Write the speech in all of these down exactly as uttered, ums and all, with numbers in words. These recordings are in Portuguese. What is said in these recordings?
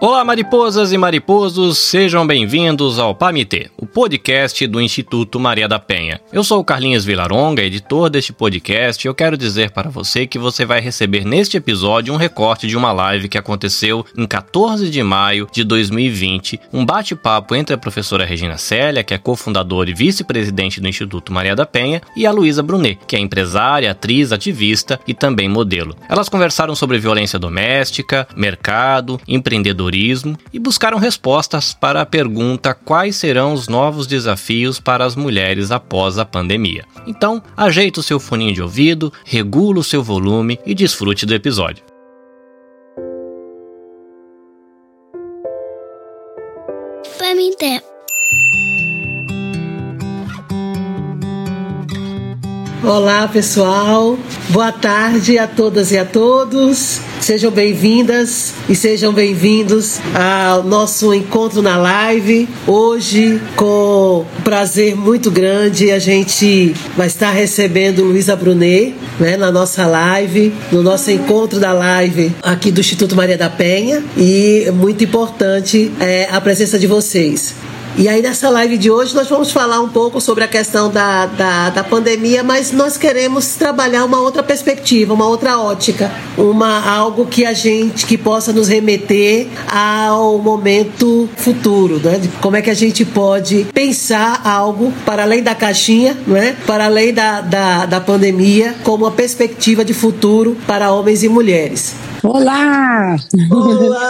Olá, mariposas e mariposos, sejam bem-vindos ao PAMITê, o podcast do Instituto Maria da Penha. Eu sou o Carlinhos Vilaronga, editor deste podcast, e eu quero dizer para você que você vai receber neste episódio um recorte de uma live que aconteceu em quatorze de maio de dois mil e vinte, um bate-papo entre a professora Regina Célia, que é cofundadora e vice-presidente do Instituto Maria da Penha, e a Luísa Brunet, que é empresária, atriz, ativista e também modelo. Elas conversaram sobre violência doméstica, mercado, empreendedorismo, e buscaram respostas para a pergunta: quais serão os novos desafios para as mulheres após a pandemia? Então, ajeite o seu foninho de ouvido, regula o seu volume e desfrute do episódio. PAMITê. Olá, pessoal. Boa tarde a todas e a todos. Sejam bem-vindas e sejam bem-vindos ao nosso encontro na live. Hoje, com um prazer muito grande, a gente vai estar recebendo Luísa Brunet, né, na nossa live, no nosso encontro da live aqui do Instituto Maria da Penha. E é muito importante é, a presença de vocês. E aí, nessa live de hoje, nós vamos falar um pouco sobre a questão da, da, da pandemia, mas nós queremos trabalhar uma outra perspectiva, uma outra ótica, uma, algo que a gente, que possa nos remeter ao momento futuro, né? De como é que a gente pode pensar algo para além da caixinha, né? Para além da, da, da pandemia, como uma perspectiva de futuro para homens e mulheres. Olá! Olá,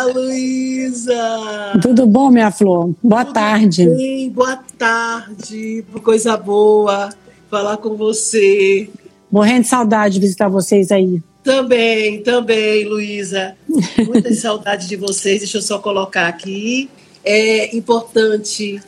Luísa! Tudo bom, minha flor? Boa Tudo tarde. Bem, boa tarde, coisa boa falar com você. Morrendo de saudade de visitar vocês aí. Também, também, Luísa. Muita saudade de vocês. Deixa eu só colocar aqui. É importante,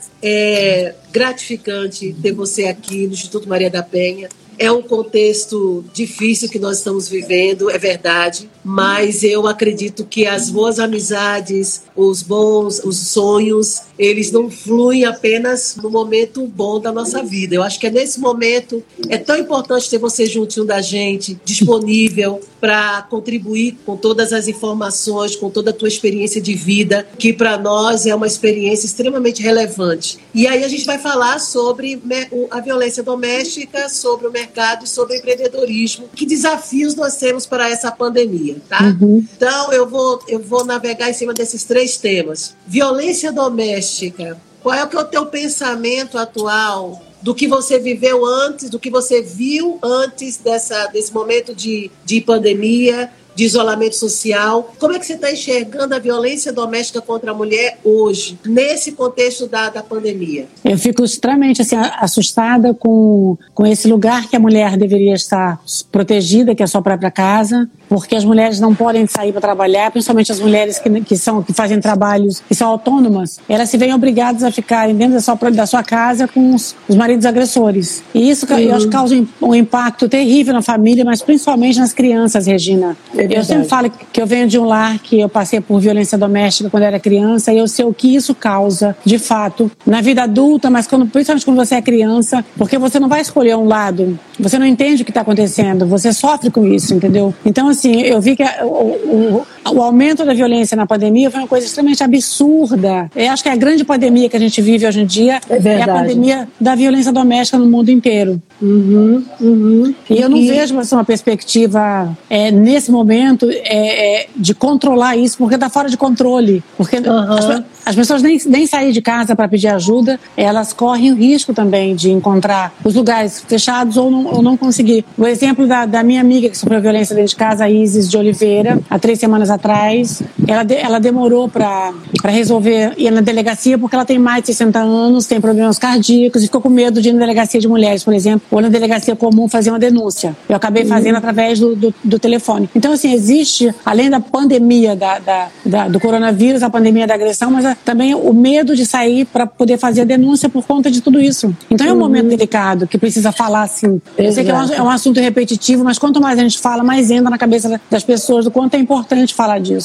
é gratificante ter você aqui no Instituto Maria da Penha. É um contexto difícil que nós estamos vivendo, é verdade, mas eu acredito que as boas amizades, os bons, os sonhos, eles não fluem apenas no momento bom da nossa vida. Eu acho que é nesse momento, é tão importante ter você juntinho da gente, disponível para contribuir com todas as informações, com toda a tua experiência de vida, que para nós é uma experiência extremamente relevante. E aí a gente vai falar sobre a violência doméstica, sobre o mercado, e sobre o empreendedorismo. Que desafios nós temos para essa pandemia, tá? Uhum. Então, eu vou, eu vou navegar em cima desses três temas. Violência doméstica. Qual é o, que é o teu pensamento atual do que você viveu antes, do que você viu antes dessa, desse momento de, de pandemia, de isolamento social? Como é que você está enxergando a violência doméstica contra a mulher hoje, nesse contexto da, da pandemia? Eu fico extremamente assim, assustada com, com esse lugar que a mulher deveria estar protegida, que é a sua própria casa, porque as mulheres não podem sair para trabalhar, principalmente as mulheres que, que, são, que fazem trabalhos que são autônomas, elas se veem obrigadas a ficarem dentro da sua, da sua casa com os, os maridos agressores. E isso uhum. eu acho que causa um impacto terrível na família, mas principalmente nas crianças, Regina. É eu sempre falo que eu venho de um lar que eu passei por violência doméstica quando era criança, e eu sei o que isso causa, de fato, na vida adulta, mas quando, principalmente quando você é criança, porque você não vai escolher um lado, você não entende o que está acontecendo, você sofre com isso, entendeu? Então, assim, eu vi que o, o, o aumento da violência na pandemia foi uma coisa extremamente absurda. Eu acho que a grande pandemia que a gente vive hoje em dia é, é a pandemia da violência doméstica no mundo inteiro. Uhum, uhum. E eu não e... vejo assim, uma perspectiva é, nesse momento é, é, de controlar isso, porque está fora de controle. Porque uhum. as, as pessoas nem, nem saírem de casa para pedir ajuda, elas correm o risco também de encontrar os lugares fechados ou não, ou não conseguir. O exemplo da, da minha amiga que sofreu violência dentro de casa, a Isis de Oliveira, há três semanas atrás, ela, de, ela demorou para resolver ir na delegacia porque ela tem mais de sessenta anos, tem problemas cardíacos e ficou com medo de ir na delegacia de mulheres, por exemplo, ou na delegacia comum fazer uma denúncia. Eu acabei fazendo uhum. através do, do, do telefone. Então, assim, existe, além da pandemia da, da, da, do coronavírus, a pandemia da agressão, mas a, também o medo de sair para poder fazer a denúncia por conta de tudo isso. Então, é um uhum. momento delicado que precisa falar, assim. Eu sei que é um, é um assunto repetitivo, mas quanto mais a gente fala, mais entra na cabeça das pessoas do quanto é importante falar disso.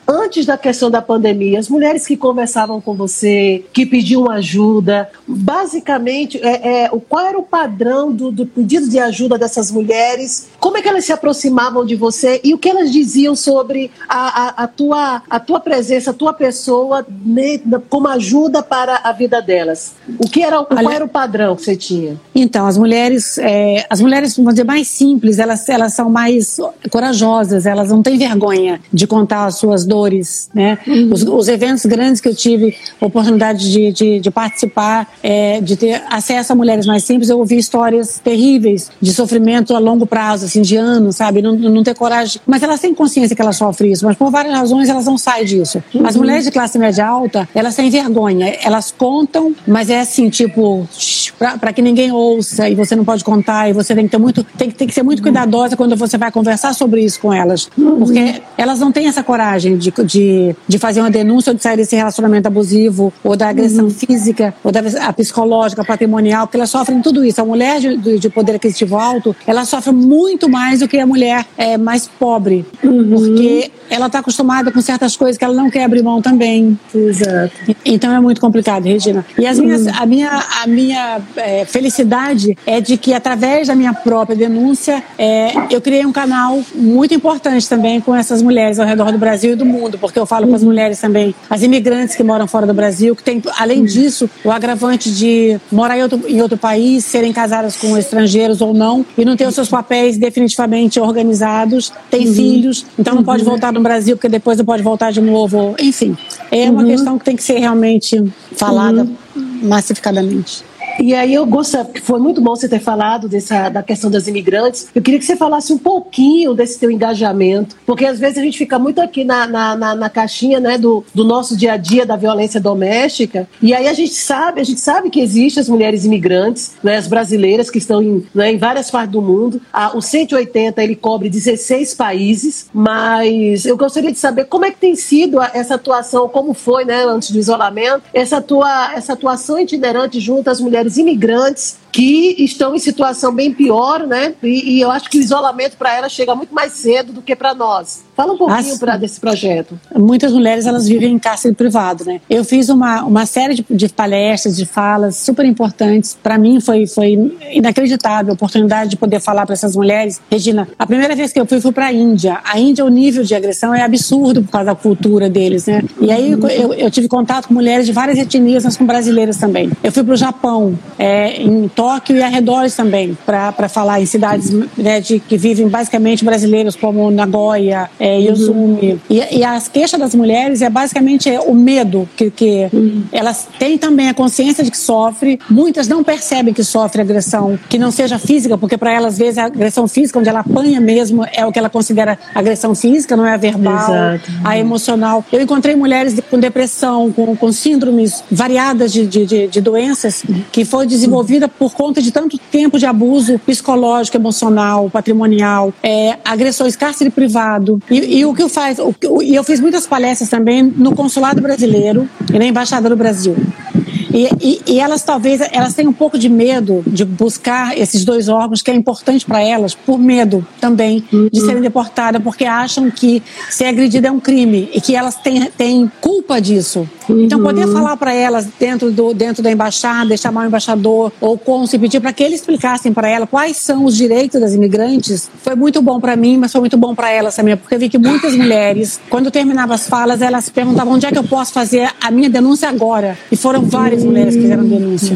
antes da questão da pandemia, as mulheres que conversavam com você, que pediam ajuda, basicamente, é, é, qual era o padrão do, do pedido de ajuda dessas mulheres? Como é que elas se aproximavam de você e o que elas diziam sobre a, a, a, tua, a tua presença, a tua pessoa ne, como ajuda para a vida delas? O que era, qual era o padrão que você tinha? Então, as mulheres, é, as mulheres, vamos dizer, mais simples, elas, elas são mais corajosas, elas não têm vergonha de contar as suas dores, né? Uhum. Os, os eventos grandes que eu tive oportunidade de, de, de participar, é, de ter acesso a mulheres mais simples, eu ouvi histórias terríveis de sofrimento a longo prazo, assim, de anos, sabe? Não, não ter coragem. Mas elas têm consciência que elas sofrem isso, mas por várias razões elas não saem disso. Uhum. As mulheres de classe média alta, elas têm vergonha, elas contam, mas é assim, tipo, para que ninguém ouça, e você não pode contar, e você tem que ter muito, tem, tem que ser muito cuidadosa quando você vai conversar sobre isso com elas, porque elas não têm essa coragem de, de, de fazer uma denúncia ou de sair desse relacionamento abusivo, ou da agressão uhum. física, ou da a psicológica, patrimonial, porque elas sofrem tudo isso. A mulher de, de poder aquisitivo alto, ela sofre muito mais do que a mulher é, mais pobre, uhum. porque ela está acostumada com certas coisas que ela não quer abrir mão também. Exato. Então é muito complicado, Regina. E as minhas, uhum. a minha, a minha é, felicidade é de que, através da minha própria denúncia, é, eu criei um canal muito importante também com essas mulheres ao redor do Brasil e do mundo, porque eu falo uhum. com as mulheres também, as imigrantes que moram fora do Brasil, que tem, além uhum. disso, o agravante de morar em outro, em outro país, serem casadas com estrangeiros ou não, e não ter os seus papéis definitivamente organizados, tem uhum. filhos, então não uhum. pode voltar no Brasil, porque depois não pode voltar de novo. Enfim, é uma uhum. questão que tem que ser realmente falada uhum. massificadamente. E aí eu gosto, foi muito bom você ter falado dessa, da questão das imigrantes. Eu queria que você falasse um pouquinho desse teu engajamento, porque às vezes a gente fica muito aqui na, na, na, na caixinha, né, do, do nosso dia a dia da violência doméstica, e aí a gente sabe, a gente sabe que existem as mulheres imigrantes, né, as brasileiras que estão em, né, em várias partes do mundo. Ah, o cento e oitenta, ele cobre dezesseis países, mas eu gostaria de saber como é que tem sido essa atuação, como foi, né, antes do isolamento, essa, tua, essa atuação itinerante junto às mulheres imigrantes que estão em situação bem pior, né? E, e eu acho que o isolamento para elas chega muito mais cedo do que para nós. Fala um pouquinho pra, desse projeto. Muitas mulheres, elas vivem em cárcere privado, né? Eu fiz uma, uma série de, de palestras, de falas super importantes. Para mim foi, foi inacreditável a oportunidade de poder falar para essas mulheres. Regina, a primeira vez que eu fui, fui para a Índia. A Índia, o nível de agressão é absurdo por causa da cultura deles, né? E aí eu, eu tive contato com mulheres de várias etnias, mas com brasileiras também. Eu fui para o Japão, é, em Tóquio e arredores também, para falar em cidades, né, de, que vivem basicamente brasileiros, como Nagoya, é, Yozumi. Uhum. E, e as queixas das mulheres é basicamente é, o medo, que, que uhum. elas têm também a consciência de que sofrem. Muitas não percebem que sofrem agressão, que não seja física, porque para elas, às vezes, a agressão física, onde ela apanha mesmo, é o que ela considera agressão física, não é a verbal, exato. A emocional. Eu encontrei mulheres com depressão, com, com síndromes variadas de, de, de, de doenças, que foi desenvolvida por conta de tanto tempo de abuso psicológico, emocional, patrimonial, é, agressões, cárcere privado. E, e o que eu faço, e eu fiz muitas palestras também no Consulado Brasileiro e na Embaixada do Brasil. E, e, e elas talvez elas têm um pouco de medo de buscar esses dois órgãos, que é importante para elas, por medo também uhum. de serem deportadas, porque acham que ser agredida é um crime e que elas têm, têm culpa disso. Uhum. Então, poder falar para elas dentro, do, dentro da embaixada, chamar o embaixador ou cônsul, pedir para que eles explicassem para ela quais são os direitos das imigrantes, foi muito bom para mim, mas foi muito bom para elas também, porque eu vi que muitas mulheres, quando eu terminava as falas, elas perguntavam onde é que eu posso fazer a minha denúncia agora. E foram várias mulheres que fizeram denúncia.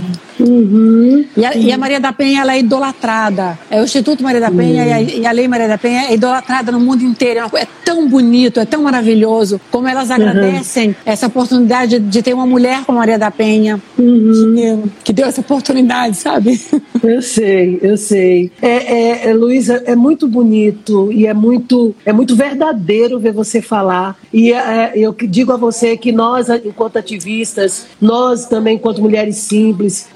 Uhum. E, a, e a Maria da Penha, ela é idolatrada. É o Instituto Maria da Penha uhum. e, a, e a Lei Maria da Penha é idolatrada no mundo inteiro. É tão bonito, é tão maravilhoso como elas agradecem uhum. essa oportunidade de, de ter uma mulher como a Maria da Penha uhum. que, que deu essa oportunidade, sabe? Eu sei, eu sei. É, é, é, Luísa, é muito bonito e é muito, é muito verdadeiro ver você falar. E é, eu digo a você que nós, enquanto ativistas, nós também, enquanto mulheres simples,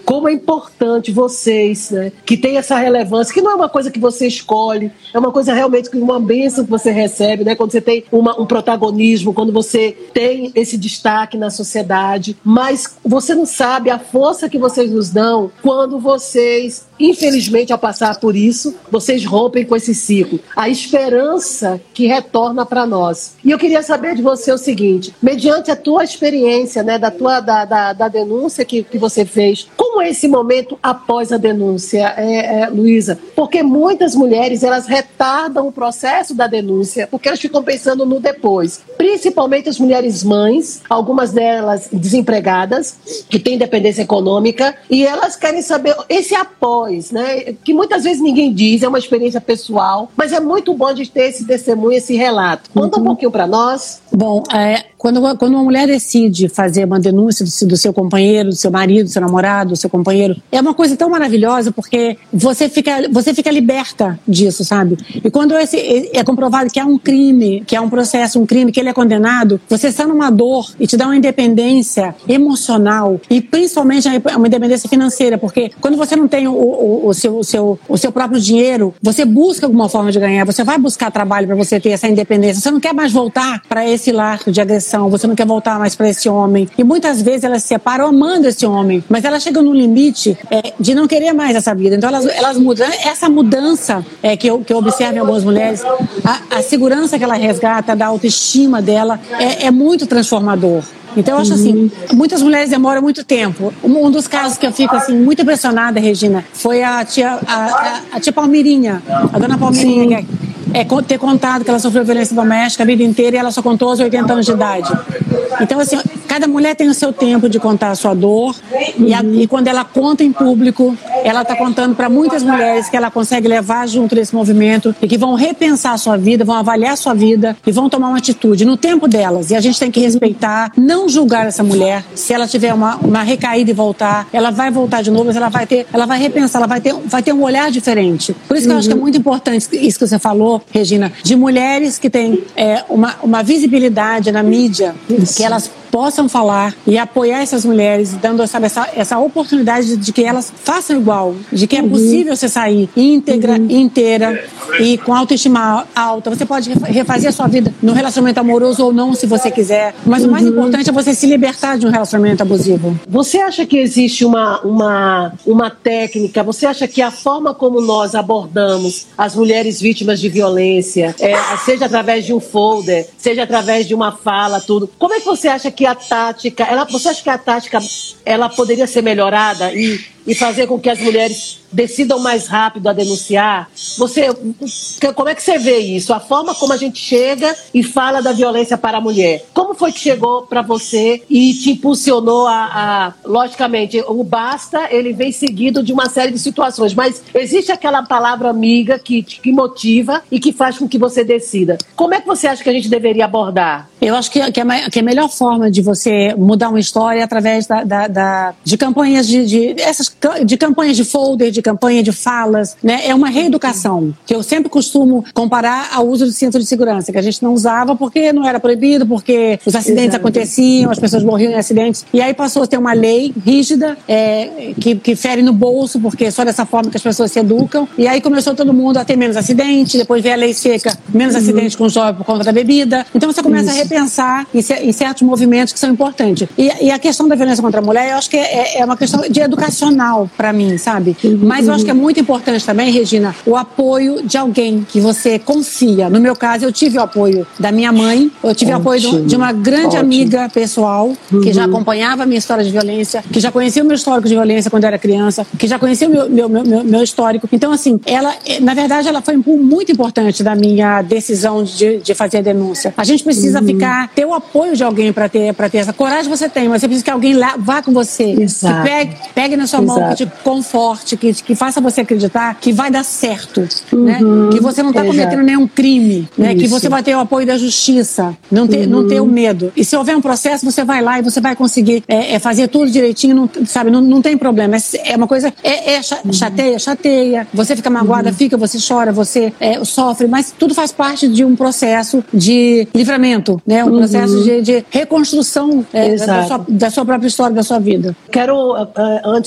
como é importante vocês, né, que tem essa relevância, que não é uma coisa que você escolhe, é uma coisa realmente, uma bênção que você recebe, né, quando você tem uma, um protagonismo, quando você tem esse destaque na sociedade, mas você não sabe a força que vocês nos dão quando vocês, infelizmente, ao passar por isso, vocês rompem com esse ciclo. A esperança que retorna para nós. E eu queria saber de você o seguinte, mediante a tua experiência, né, da, tua, da, da, da denúncia que, que você fez, como é esse momento após a denúncia, é, é, Luísa? Porque muitas mulheres, elas retardam o processo da denúncia, porque elas ficam pensando no depois. Principalmente as mulheres mães, algumas delas desempregadas, que têm dependência econômica, e elas querem saber esse após, né, que muitas vezes ninguém diz, é uma experiência pessoal, mas é muito bom de ter esse testemunho, esse relato. Conta uhum. um pouquinho para nós. Bom, é, quando, quando uma mulher decide fazer uma denúncia do, do seu companheiro, do seu marido, do seu namorado, do seu companheiro, é uma coisa tão maravilhosa, porque você fica, você fica liberta disso, sabe? E quando esse, é comprovado que há um crime, que há um processo, um crime, que ele é condenado, você está numa dor e te dá uma independência emocional e principalmente uma independência financeira, porque quando você não tem o, o, o, seu, o, seu, o seu próprio dinheiro, você busca alguma forma de ganhar, você vai buscar trabalho para você ter essa independência, você não quer mais voltar para esse lar de agressão, você não quer voltar mais para esse homem, e muitas vezes elas se separam amando esse homem, mas elas chegam num limite é, de não querer mais essa vida, então elas, elas mudam, essa mudança é, que, eu, que eu observo em algumas mulheres, a, a segurança que ela resgata, da autoestima dela, é, é muito transformador. Então eu acho assim, muitas mulheres demoram muito tempo. Um, um dos casos que eu fico assim muito impressionada, Regina, foi a tia, a, a, a tia Palmirinha, a dona Palmirinha, é, ter contado que ela sofreu violência doméstica a vida inteira e ela só contou aos oitenta anos de idade. Então assim, cada mulher tem o seu tempo de contar a sua dor e, a, e quando ela conta em público, ela está contando para muitas mulheres que ela consegue levar junto desse movimento e que vão repensar a sua vida, vão avaliar a sua vida e vão tomar uma atitude no tempo delas. E a gente tem que respeitar, não julgar essa mulher. Se ela tiver uma, uma recaída e voltar, ela vai voltar de novo, mas ela vai ter, ela vai repensar, ela vai ter, vai ter um olhar diferente. Por isso que eu acho que é muito importante isso que você falou, Regina, de mulheres que têm é, uma, uma visibilidade na mídia, isso. que elas possam falar e apoiar essas mulheres, dando sabe, essa, essa oportunidade de, de que elas façam igual, de que é possível você sair íntegra, uhum. inteira e com autoestima alta. Você pode refazer a sua vida no relacionamento amoroso ou não, se você quiser, mas uhum. o mais importante é você se libertar de um relacionamento abusivo. Você acha que existe uma, uma, uma técnica, você acha que a forma como nós abordamos as mulheres vítimas de violência, é, seja através de um folder, seja através de uma fala, tudo, como é que você acha que que a tática, ela, você acha que a tática ela poderia ser melhorada e, e fazer com que as mulheres decidam mais rápido a denunciar? Você, como é que você vê isso? A forma como a gente chega e fala da violência para a mulher. Como foi que chegou para você e te impulsionou a, a... Logicamente, o basta, ele vem seguido de uma série de situações, mas existe aquela palavra amiga que, que motiva e que faz com que você decida. Como é que você acha que a gente deveria abordar? Eu acho que, que, a, que a melhor forma de você mudar uma história é através da, da, da, de campanhas de, de, essas, de campanhas de folder, de campanha de falas, né? É uma reeducação, que eu sempre costumo comparar ao uso do cinto de segurança, que a gente não usava porque não era proibido, porque os acidentes Exato. aconteciam, as pessoas morriam em acidentes, e aí passou a ter uma lei rígida é, que, que fere no bolso, porque é só dessa forma que as pessoas se educam, e aí começou todo mundo a ter menos acidente, depois veio a lei seca, menos uhum. acidente com jovem por conta da bebida, então você começa Isso. a pensar em, em certos movimentos que são importantes. E, e a questão da violência contra a mulher, eu acho que é, é uma questão de educacional para mim, sabe? Uhum. Mas eu acho que é muito importante também, Regina, o apoio de alguém que você confia. No meu caso, eu tive o apoio da minha mãe, eu tive Ótimo. o apoio de uma grande Ótimo. amiga pessoal, uhum. que já acompanhava a minha história de violência, que já conhecia o meu histórico de violência quando eu era criança, que já conhecia o meu, meu, meu, meu histórico. Então, assim, ela, na verdade, ela foi muito importante da minha decisão de, de fazer a denúncia. A gente precisa uhum. ficar ter o apoio de alguém para ter, para ter essa coragem. Você tem, mas você precisa que alguém lá vá com você, Exato. que pegue, pegue na sua Exato. mão, que te conforte, que, que faça você acreditar que vai dar certo, uhum. né? Que você não está cometendo nenhum crime, né? Que você vai ter o apoio da justiça, não ter, uhum. não ter o medo. E se houver um processo, você vai lá e você vai conseguir é, é, fazer tudo direitinho, não, sabe? Não, não tem problema. É, é uma coisa, é, é chateia, chateia. Você fica magoada, uhum. fica, você chora, você é, sofre, mas tudo faz parte de um processo de livramento, né? Um processo uhum. de, de reconstrução é, da, sua, da sua própria história, da sua vida. Quero, uh, antes, parabenizar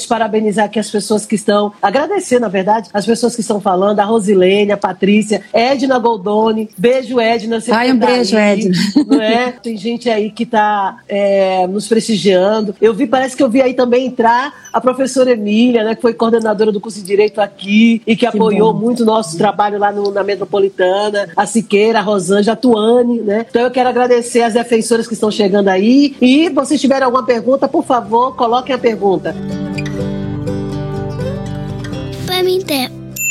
parabenizar aqui as pessoas que estão, agradecer, na verdade, as pessoas que estão falando, a Rosilene, a Patrícia, Edna Goldoni, beijo, Edna. Ai, um beijo, aí, Edna. Não é? Tem gente aí que está é, nos prestigiando. Eu vi, parece que eu vi aí também entrar a professora Emília, né, que foi coordenadora do curso de Direito aqui e que, que apoiou bom. muito o nosso trabalho lá no, na Metropolitana, a Siqueira, a Rosângela, a Tuane, né? Então eu quero agradecer as defensoras que estão chegando aí e se vocês tiverem alguma pergunta, por favor, coloquem a pergunta. Pamité.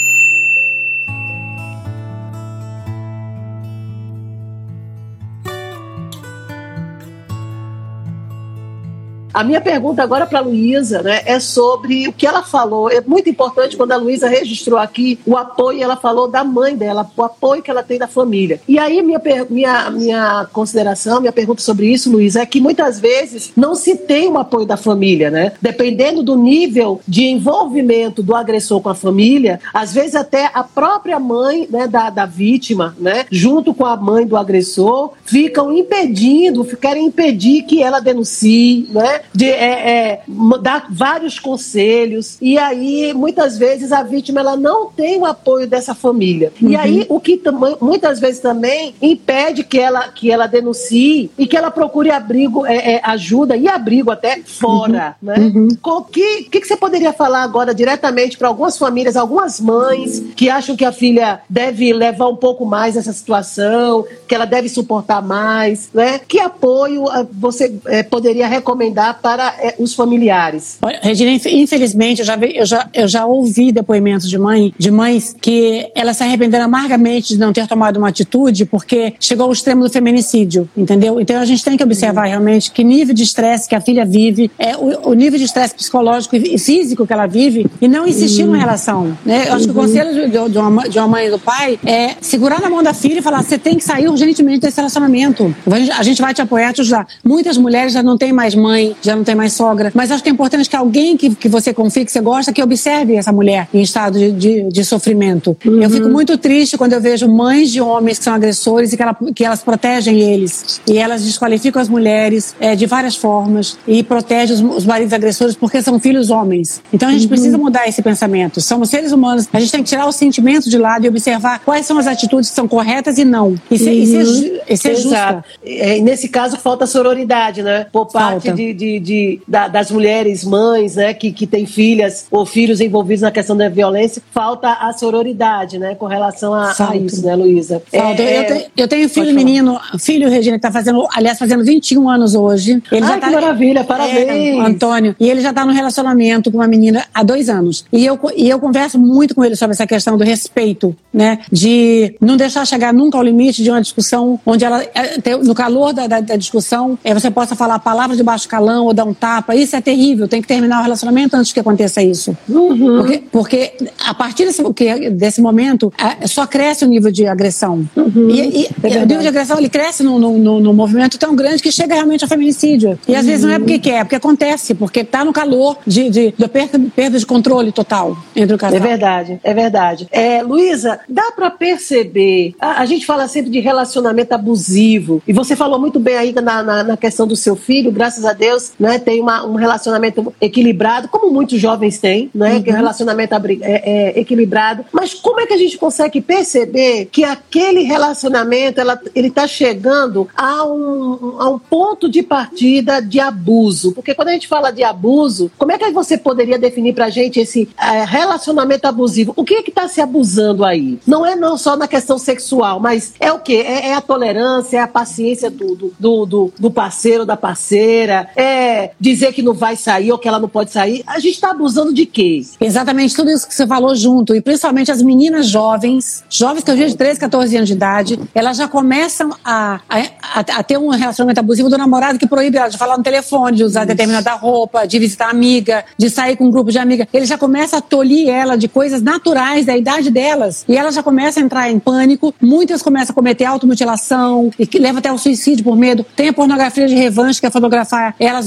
A minha pergunta agora para a Luísa, né, é sobre o que ela falou. É muito importante quando a Luísa registrou aqui o apoio, ela falou da mãe dela, o apoio que ela tem da família. E aí minha, minha, minha consideração, minha pergunta sobre isso, Luísa, é que muitas vezes não se tem o apoio da família, né? Dependendo do nível de envolvimento do agressor com a família, às vezes até a própria mãe, né, da, da vítima, né, junto com a mãe do agressor, ficam impedindo, querem impedir que ela denuncie, né? De é, é, dar vários conselhos, e aí muitas vezes a vítima ela não tem o apoio dessa família, uhum. E aí o que muitas vezes também impede que ela, que ela denuncie e que ela procure abrigo, é, é, ajuda e abrigo até fora, uhum. Né? Uhum. O que, que, que você poderia falar agora diretamente para algumas famílias, algumas mães que acham que a filha deve levar um pouco mais essa situação, que ela deve suportar mais, né? Que apoio você é, poderia recomendar para é, os familiares? Regina, infelizmente, eu já, vi, eu, já, eu já ouvi depoimentos de, mãe, de mães que elas se arrependeram amargamente de não ter tomado uma atitude porque chegou ao extremo do feminicídio, entendeu? Então a gente tem que observar realmente que nível de estresse que a filha vive, é, o, o nível de estresse psicológico e físico que ela vive, e não insistir uhum. numa relação, né? Eu acho uhum. que o conselho de, de, uma, de uma mãe e do pai é segurar na mão da filha e falar: você tem que sair urgentemente desse relacionamento, a gente, a gente vai te apoiar, te ajudar. Muitas mulheres já não têm mais mãe, já não tem mais sogra, mas acho que é importante que alguém que, que você confie, que você gosta, que observe essa mulher em estado de, de, de sofrimento. Uhum. Eu fico muito triste quando eu vejo mães de homens que são agressores e que, ela, que elas protegem eles, e elas desqualificam as mulheres é, de várias formas e protegem os, os maridos agressores porque são filhos homens. Então a gente uhum. precisa mudar esse pensamento. Somos seres humanos, a gente tem que tirar o sentimento de lado e observar quais são as atitudes que são corretas e não. E ser, uhum. e ser, e ser justa. É, nesse caso falta sororidade, né? Por parte falta. de, de, de Da, das mulheres mães, né, que, que têm filhas ou filhos envolvidos na questão da violência, falta a sororidade, né, com relação a, a isso, né, Luísa? Falta. É, eu, tenho, eu tenho filho menino, filho, Regina, que está fazendo, aliás, fazendo vinte e um anos hoje. Ele Ai, já que tá, maravilha, parabéns! É, Antônio. E ele já está no relacionamento com uma menina há dois anos. E eu, e eu converso muito com ele sobre essa questão do respeito, né, de não deixar chegar nunca ao limite de uma discussão onde ela, no calor da, da, da discussão, é, você possa falar palavras de baixo calão ou dar um tapa. Isso é terrível, tem que terminar o relacionamento antes que aconteça isso. Uhum. Porque, porque a partir desse, desse momento, só cresce o nível de agressão. Uhum. E, e, é e o nível de agressão ele cresce num, num, num movimento tão grande que chega realmente ao feminicídio. E às uhum. vezes não é porque quer, é porque acontece, porque está no calor de, de, de perda, perda de controle total entre o casal. É verdade, é verdade. É, Luísa, dá para perceber, a, a gente fala sempre de relacionamento abusivo, e você falou muito bem aí na, na, na questão do seu filho, graças a Deus, né, tem uma, um relacionamento equilibrado, como muitos jovens têm, né, uhum. que é um relacionamento é, é, equilibrado, mas como é que a gente consegue perceber que aquele relacionamento, ela, ele está chegando a um, a um ponto de partida de abuso? Porque quando a gente fala de abuso, como é que você poderia definir pra gente esse é, relacionamento abusivo? O que é que está se abusando aí? Não é não só na questão sexual, mas é o quê? É, é a tolerância, é a paciência do, do, do, do parceiro, da parceira, é dizer que não vai sair ou que ela não pode sair. A gente está abusando de quê? Exatamente tudo isso que você falou junto, e principalmente as meninas jovens, jovens que eu vejo de treze, catorze anos de idade, elas já começam a, a, a ter um relacionamento abusivo do namorado que proíbe ela de falar no telefone, de usar isso. determinada roupa, de visitar amiga, de sair com um grupo de amigas. Ele já começa a tolir ela de coisas naturais da idade delas, e elas já começam a entrar em pânico, muitas começam a cometer automutilação, e que leva até ao suicídio por medo. Tem a pornografia de revanche, que é fotografar elas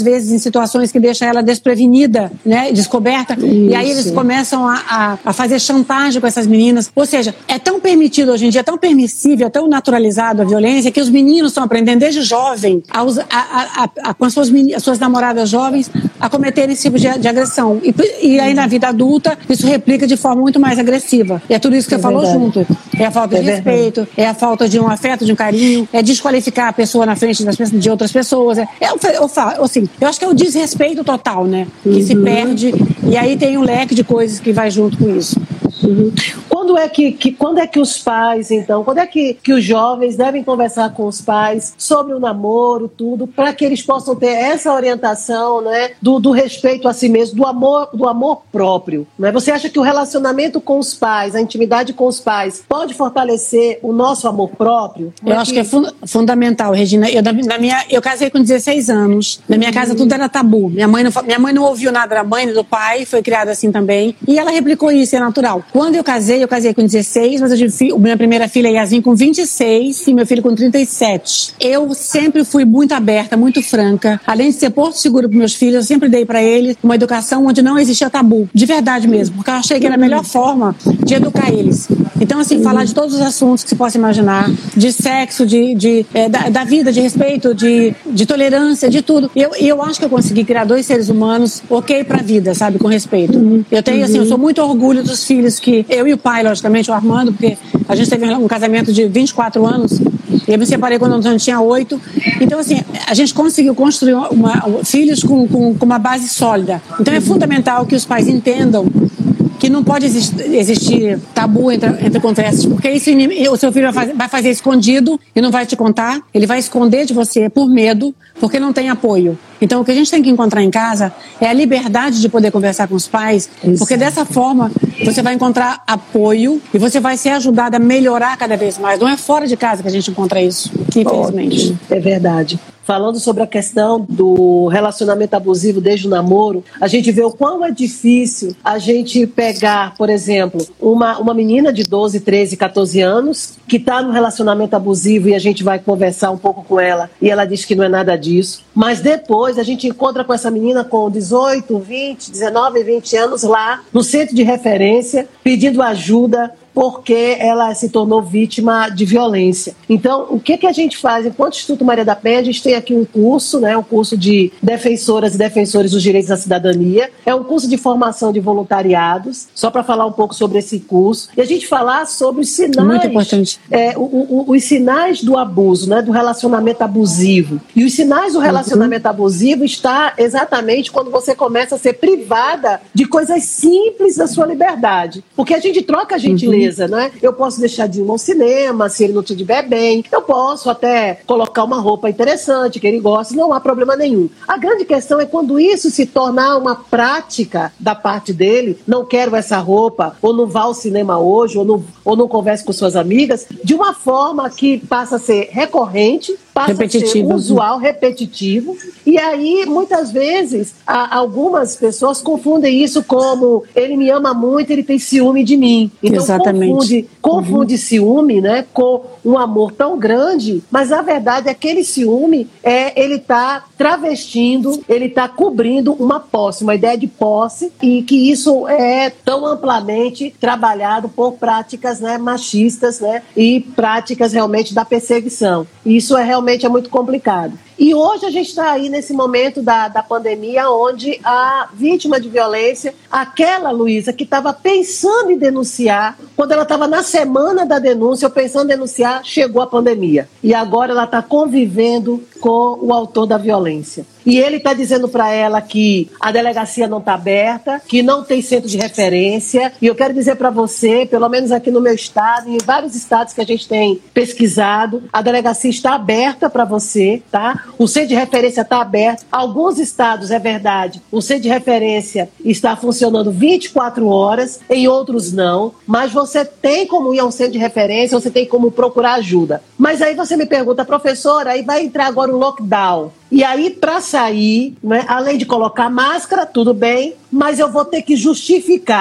vezes em situações que deixam ela desprevenida, né, descoberta, isso. E aí eles começam a, a, a fazer chantagem com essas meninas. Ou seja, é tão permitido hoje em dia, é tão permissível, é tão naturalizado a violência, que os meninos estão aprendendo desde jovem, a usar, a, a, a, a, com as suas, as suas namoradas jovens, a cometerem esse tipo de, de agressão. E, e aí na vida adulta, isso replica de forma muito mais agressiva. E é tudo isso que é você verdade. falou junto. É a falta é de verdade. respeito, é a falta de um afeto, de um carinho, é desqualificar a pessoa na frente das, de outras pessoas. É, é, eu, falo, assim, eu acho que é o desrespeito total, né? Que uhum. se perde, e aí tem um leque de coisas que vai junto com isso. Uhum. Quando é que, que, quando é que os pais, então, quando é que, que os jovens devem conversar com os pais sobre o namoro, tudo, para que eles possam ter essa orientação, né, do, do respeito a si mesmo, do amor, do amor próprio, né? Você acha que o relacionamento com os pais, a intimidade com os pais, pode fortalecer o nosso amor próprio? Eu é acho que, que é fun- fundamental, Regina. Eu, na minha, eu casei com dezesseis anos. Na minha casa uhum. tudo era tabu. Minha mãe, não, minha mãe não ouviu nada da mãe, do pai, foi criada assim também. E ela replicou isso, é natural. Quando eu casei, eu casei com dezesseis, mas eu tive fi- minha primeira filha, Yasmin, com vinte e seis e meu filho com trinta e sete. Eu sempre fui muito aberta, muito franca. Além de ser porto seguro para meus filhos, eu sempre dei para eles uma educação onde não existia tabu. De verdade mesmo. Porque eu achei que era a melhor forma de educar eles. Então, assim, falar de todos os assuntos que se possa imaginar, de sexo, de, de, é, da, da vida, de respeito, de, de tolerância, de tudo. E eu, eu acho que eu consegui criar dois seres humanos ok pra vida, sabe, com respeito. Uhum. Eu tenho, assim, eu sou muito orgulho dos filhos que eu e o pai, logicamente, o Armando, porque a gente teve um casamento de vinte e quatro anos, e eu me separei quando eu tinha oito. Então, assim, a gente conseguiu construir uma, uma, filhos com, com, com uma base sólida. Então, é fundamental que os pais entendam que não pode existir, existir tabu entre, entre conversas, porque isso, o seu filho vai fazer, vai fazer escondido e não vai te contar, ele vai esconder de você por medo, porque não tem apoio. Então, o que a gente tem que encontrar em casa é a liberdade de poder conversar com os pais, isso. Porque dessa forma você vai encontrar apoio e você vai ser ajudada a melhorar cada vez mais. Não é fora de casa que a gente encontra isso, infelizmente. Ótimo. É verdade. Falando sobre a questão do relacionamento abusivo desde o namoro, a gente vê o quão é difícil a gente pegar, por exemplo, uma, uma menina de doze, treze, catorze anos que está no relacionamento abusivo e a gente vai conversar um pouco com ela e ela diz que não é nada disso. Mas depois a gente encontra com essa menina com dezoito, vinte, dezenove, vinte anos lá no centro de referência pedindo ajuda, porque ela se tornou vítima de violência. Então, o que, que a gente faz? Enquanto Instituto Maria da Penha, a gente tem aqui um curso, né, um curso de defensoras e defensores dos direitos da cidadania. É um curso de formação de voluntariados, só para falar um pouco sobre esse curso. E a gente falar sobre os sinais... Muito importante. É, o, o, os sinais do abuso, né, do relacionamento abusivo. E os sinais do relacionamento uhum. abusivo está exatamente quando você começa a ser privada de coisas simples da sua liberdade. Porque a gente troca a gentileza. Uhum. Né? Eu posso deixar de ir ao cinema se ele não estiver bem, eu posso até colocar uma roupa interessante que ele gosta, não há problema nenhum. A grande questão é quando isso se tornar uma prática da parte dele, não quero essa roupa, ou não vá ao cinema hoje, ou não, ou não converse com suas amigas, de uma forma que passa a ser recorrente, passa repetitivo. a ser usual, repetitivo, e aí muitas vezes a, algumas pessoas confundem isso como ele me ama muito, ele tem ciúme de mim. Então Exatamente. confunde, confunde uhum. ciúme, né, com um amor tão grande, mas a verdade é que aquele ciúme é, ele está travestindo, ele está cobrindo uma posse, uma ideia de posse, e que isso é tão amplamente trabalhado por práticas, né, machistas, né, e práticas realmente da perseguição. Isso é realmente é muito complicado. E hoje a gente está aí nesse momento da, da pandemia, onde a vítima de violência, aquela Luísa que estava pensando em denunciar, quando ela estava na semana da denúncia, ou pensando em denunciar, chegou a pandemia. E agora ela está convivendo com o autor da violência. E ele está dizendo para ela que a delegacia não está aberta, que não tem centro de referência. E eu quero dizer para você, pelo menos aqui no meu estado, em vários estados que a gente tem pesquisado, a delegacia está aberta para você, tá? O centro de referência está aberto. Alguns estados, é verdade, o centro de referência está funcionando vinte e quatro horas, em outros não. Mas você tem como ir a um centro de referência, você tem como procurar ajuda. Mas aí você me pergunta, professora, aí vai entrar agora o lockdown. E aí, para sair, né, além de colocar máscara, tudo bem, mas eu vou ter que justificar.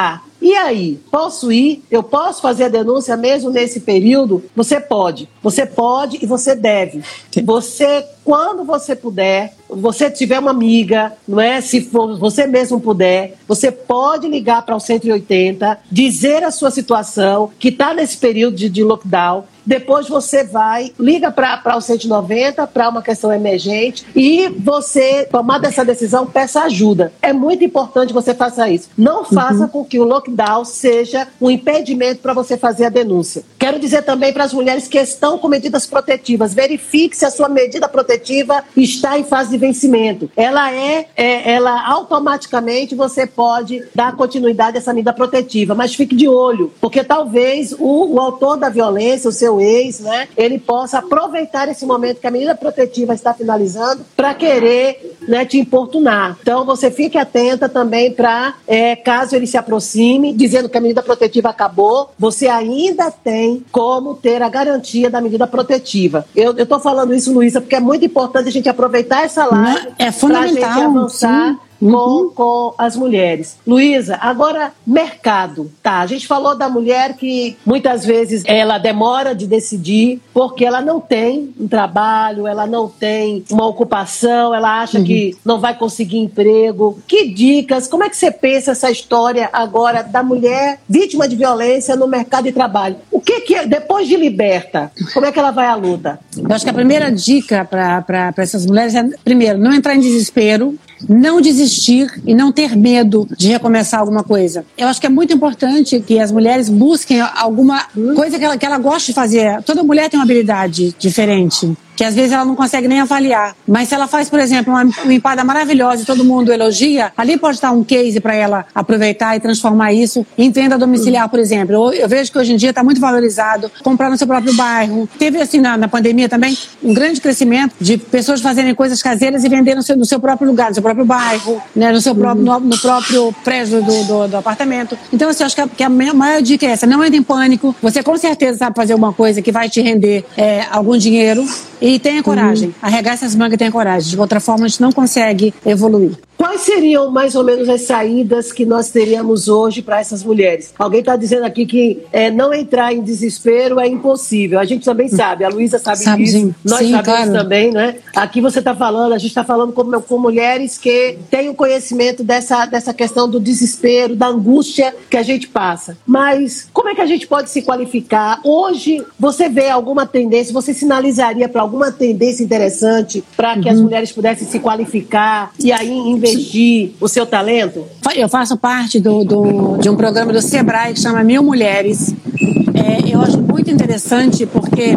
E aí, posso ir? Eu posso fazer a denúncia mesmo nesse período? Você pode. Você pode e você deve. Você, quando você puder, você tiver uma amiga, não é? Se for, você mesmo puder, você pode ligar para o cento e oitenta, dizer a sua situação, que está nesse período de, de lockdown. Depois você vai, liga para o cento e noventa, para uma questão emergente, e você, tomada essa decisão, peça ajuda. É muito importante que você faça isso. Não faça uhum. com que o lockdown seja um impedimento para você fazer a denúncia. Quero dizer também para as mulheres que estão com medidas protetivas, verifique se a sua medida protetiva está em fase de vencimento. Ela é, é ela automaticamente você pode dar continuidade a essa medida protetiva, mas fique de olho, porque talvez o, o autor da violência, o seu ex, né, ele possa aproveitar esse momento que a medida protetiva está finalizando para querer, né, te importunar. Então você fique atenta também para, é, caso ele se aproxime, dizendo que a medida protetiva acabou, você ainda tem como ter a garantia da medida protetiva. Eu estou falando isso, Luísa, porque é muito importante a gente aproveitar essa live é para a gente avançar. Sim. Com, uhum. com as mulheres. Luísa, agora mercado, tá? A gente falou da mulher que muitas vezes ela demora de decidir porque ela não tem um trabalho, ela não tem uma ocupação, ela acha uhum. que não vai conseguir emprego. Que dicas, como é que você pensa essa história agora da mulher vítima de violência no mercado de trabalho? O que que, depois de liberta, como é que ela vai à luta? Eu acho que a primeira dica para essas mulheres é, primeiro, não entrar em desespero, não desistir e não ter medo de recomeçar alguma coisa. Eu acho que é muito importante que as mulheres busquem alguma coisa que ela, que ela goste de fazer. Toda mulher tem uma habilidade diferente, que às vezes ela não consegue nem avaliar. Mas se ela faz, por exemplo, uma, uma empada maravilhosa e todo mundo elogia, ali pode estar um case para ela aproveitar e transformar isso em venda domiciliar, por exemplo. Eu, eu vejo que hoje em dia está muito valorizado comprar no seu próprio bairro. Teve, assim, na, na pandemia também, um grande crescimento de pessoas fazerem coisas caseiras e vender no seu, no seu próprio lugar, no seu próprio bairro, né, no, seu próprio, no, no próprio prédio do, do, do apartamento. Então, assim, eu acho que a, que a maior dica é essa. Não entre em pânico. Você com certeza sabe fazer alguma coisa que vai te render é, algum dinheiro. E tenha coragem, uhum. arregar essas mangas e tenha coragem. De outra forma, a gente não consegue evoluir. Quais seriam mais ou menos as saídas que nós teríamos hoje para essas mulheres? Alguém está dizendo aqui que é, não entrar em desespero é impossível. A gente também sabe, a Luísa sabe, sabe disso, sim. nós sim, sabemos claro. também, né? Aqui você está falando, a gente está falando com, com mulheres que têm o conhecimento dessa, dessa questão do desespero, da angústia que a gente passa. Mas como é que a gente pode se qualificar? Hoje, você vê alguma tendência, você sinalizaria para alguma tendência interessante para que uhum. as mulheres pudessem se qualificar e aí investir o seu talento? Eu faço parte do, do, de um programa do Sebrae que chama Mil Mulheres. É, eu acho muito interessante porque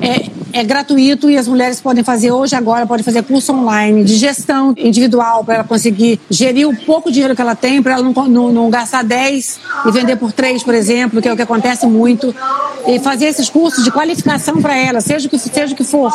é, é gratuito e as mulheres podem fazer hoje, agora, podem fazer curso online de gestão individual para ela conseguir gerir o pouco dinheiro que ela tem, para ela não, não, não gastar dez e vender por três, por exemplo, que é o que acontece muito. E fazer esses cursos de qualificação para ela, seja o que, seja o que for.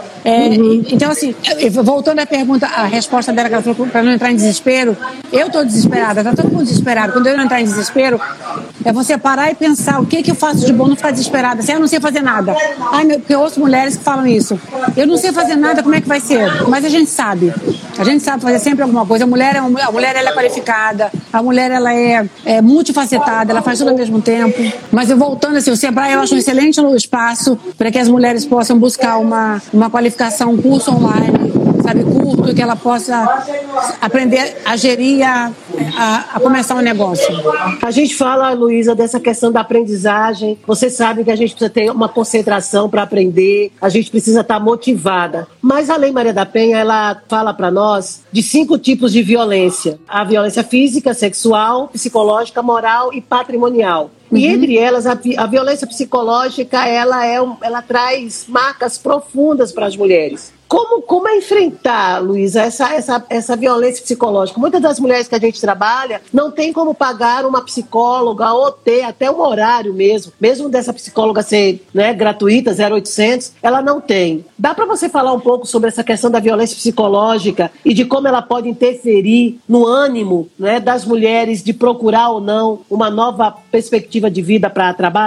É, uhum. Então, assim, voltando à pergunta, a resposta dela, que ela falou para não entrar em desespero, eu estou desesperada, está todo mundo desesperado. Quando eu não entrar em desespero, é você parar e pensar o que, que eu faço de bom, não ficar desesperada. Se eu não sei fazer nada. Ai, meu, porque eu ouço mulheres que falam isso. Eu não sei fazer nada, como é que vai ser? Mas a gente sabe. A gente sabe fazer sempre alguma coisa. A mulher, é, a mulher ela é qualificada, a mulher ela é, é multifacetada, ela faz tudo ao mesmo tempo. Mas eu voltando assim, o Sebrae eu acho um excelente espaço para que as mulheres possam buscar uma, uma qualificação, um curso online, sabe, curto, que ela possa aprender a gerir, a, a, a começar um negócio. A gente fala, Luísa, dessa questão da aprendizagem. Você sabe que a gente precisa ter uma concentração para aprender, a gente precisa estar motivada. Mas a Lei Maria da Penha, ela fala para nós de cinco tipos de violência. A violência física, sexual, psicológica, moral e patrimonial. E uhum. entre elas, a, a violência psicológica, ela, é, ela traz marcas profundas para as mulheres. Como, como é enfrentar, Luísa, essa, essa, essa violência psicológica? Muitas das mulheres que a gente trabalha não tem como pagar uma psicóloga ou ter até um horário mesmo, mesmo dessa psicóloga ser, né, gratuita, zero oitocentos, ela não tem. Dá para você falar um pouco sobre essa questão da violência psicológica e de como ela pode interferir no ânimo, né, das mulheres de procurar ou não uma nova perspectiva de vida para trabalho?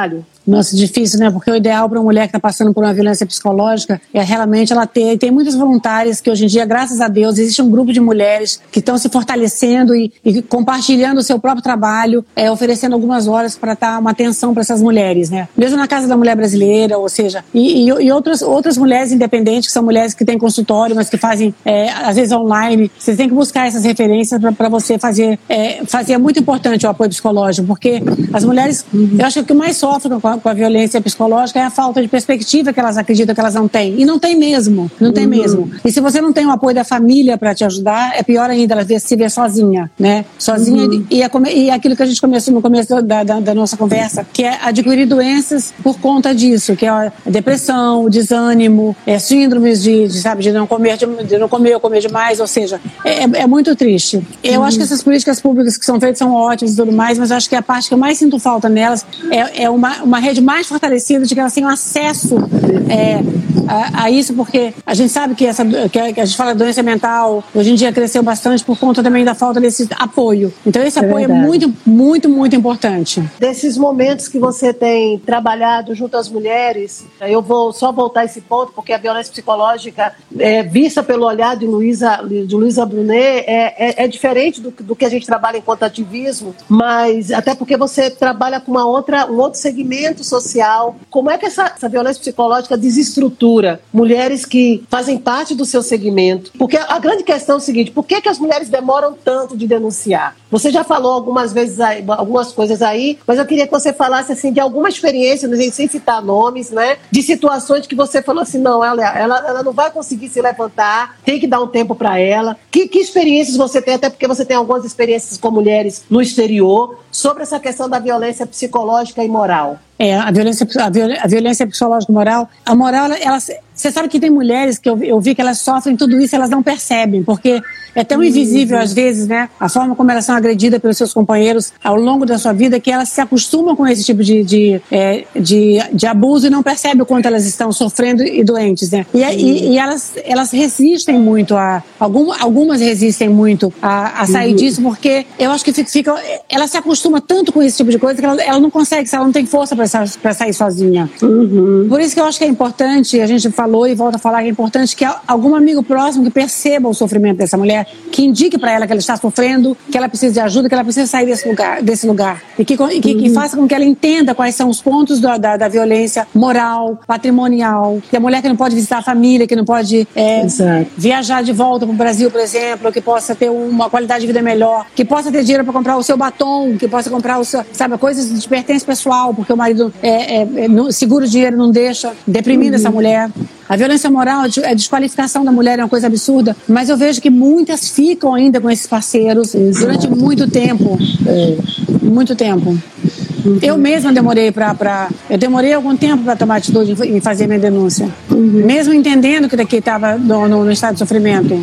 Nossa, difícil, né? Porque o ideal para uma mulher que está passando por uma violência psicológica é realmente ela ter... Tem muitas voluntárias que hoje em dia, graças a Deus, existe um grupo de mulheres que estão se fortalecendo e, e compartilhando o seu próprio trabalho, é, oferecendo algumas horas para dar uma atenção para essas mulheres, né? Mesmo na Casa da Mulher Brasileira, ou seja, e, e, e outras, outras mulheres independentes, que são mulheres que têm consultório, mas que fazem, é, às vezes, online. Você tem que buscar essas referências para você fazer... É, fazer é muito importante o apoio psicológico, porque as mulheres, eu acho que o que mais sofrem com a, com a violência psicológica é a falta de perspectiva que elas acreditam que elas não têm. E não tem mesmo, não tem uhum. mesmo. E se você não tem o apoio da família para te ajudar, é pior ainda, ela se ver sozinha, né? Sozinha uhum. e, é, e aquilo que a gente começou no começo da, da, da nossa conversa, que é adquirir doenças por conta disso, que é a depressão, o desânimo, é, síndromes de, de, sabe, de não comer, de, de não comer ou comer demais, ou seja, é, é muito triste. Eu uhum. acho que essas políticas públicas que são feitas são ótimas e tudo mais, mas acho que a parte que eu mais sinto falta nelas é, é uma, uma rede mais fortalecida de que elas tenham acesso é, a, a isso, porque a gente sabe que, essa, que a, que a gente fala de doença mental, hoje em dia cresceu bastante por conta também da falta desse apoio. Então esse é apoio verdade. é muito, muito, muito importante. Desses momentos que você tem trabalhado junto às mulheres, eu vou só voltar a esse ponto, porque a violência psicológica é, vista pelo olhar de Luísa, de Luísa Brunet é, é, é diferente do, do que a gente trabalha enquanto ativismo, mas até porque você trabalha com uma outra, um outro segmento social. Como é que essa, essa violência psicológica desestrutura mulheres que fazem parte do seu segmento? Porque a grande questão é o seguinte: por que, que as mulheres demoram tanto de denunciar? Você já falou algumas vezes aí, algumas coisas aí, mas eu queria que você falasse assim, de alguma experiência, sem citar nomes, né? De situações que você falou assim, não, ela, ela, ela não vai conseguir se levantar, tem que dar um tempo para ela. Que, que experiências você tem, até porque você tem algumas experiências com mulheres no exterior, sobre essa questão da violência psicológica e moral? É, a violência, a violência, a violência psicológica e moral, a moral, ela, ela, você sabe que tem mulheres que eu, eu vi que elas sofrem tudo isso, elas não percebem, porque é tão invisível às vezes, né, a forma como elas são agredidas pelos seus companheiros ao longo da sua vida, que elas se acostumam com esse tipo de, de, é, de, de abuso e não percebem o quanto elas estão sofrendo e doentes, né, e, e, e elas, elas resistem muito, a, algum, algumas resistem muito a, a sair uhum. disso, porque eu acho que fica, fica, ela se acostuma tanto com esse tipo de coisa que ela, ela não consegue, ela não tem força para para sair sozinha. Uhum. Por isso que eu acho que é importante, a gente falou e volta a falar que é importante que algum amigo próximo que perceba o sofrimento dessa mulher, que indique para ela que ela está sofrendo, que ela precisa de ajuda, que ela precisa sair desse lugar, desse lugar. E que, e que, uhum. que faça com que ela entenda quais são os pontos da, da, da violência moral, patrimonial, que a mulher que não pode visitar a família, que não pode é, viajar de volta para o Brasil, por exemplo, que possa ter uma qualidade de vida melhor, que possa ter dinheiro para comprar o seu batom, que possa comprar o seu, sabe, coisas de pertence pessoal, porque o marido É, é, é, segura o dinheiro, não deixa, deprimindo uhum. essa mulher. A violência moral, a desqualificação da mulher é uma coisa absurda, mas eu vejo que muitas ficam ainda com esses parceiros Exato. durante muito tempo. É. Muito tempo. Uhum. Eu mesma demorei para... Pra, eu demorei algum tempo para tomar atitude em fazer minha denúncia. Uhum. Mesmo entendendo que daqui estava no, no, no estado de sofrimento.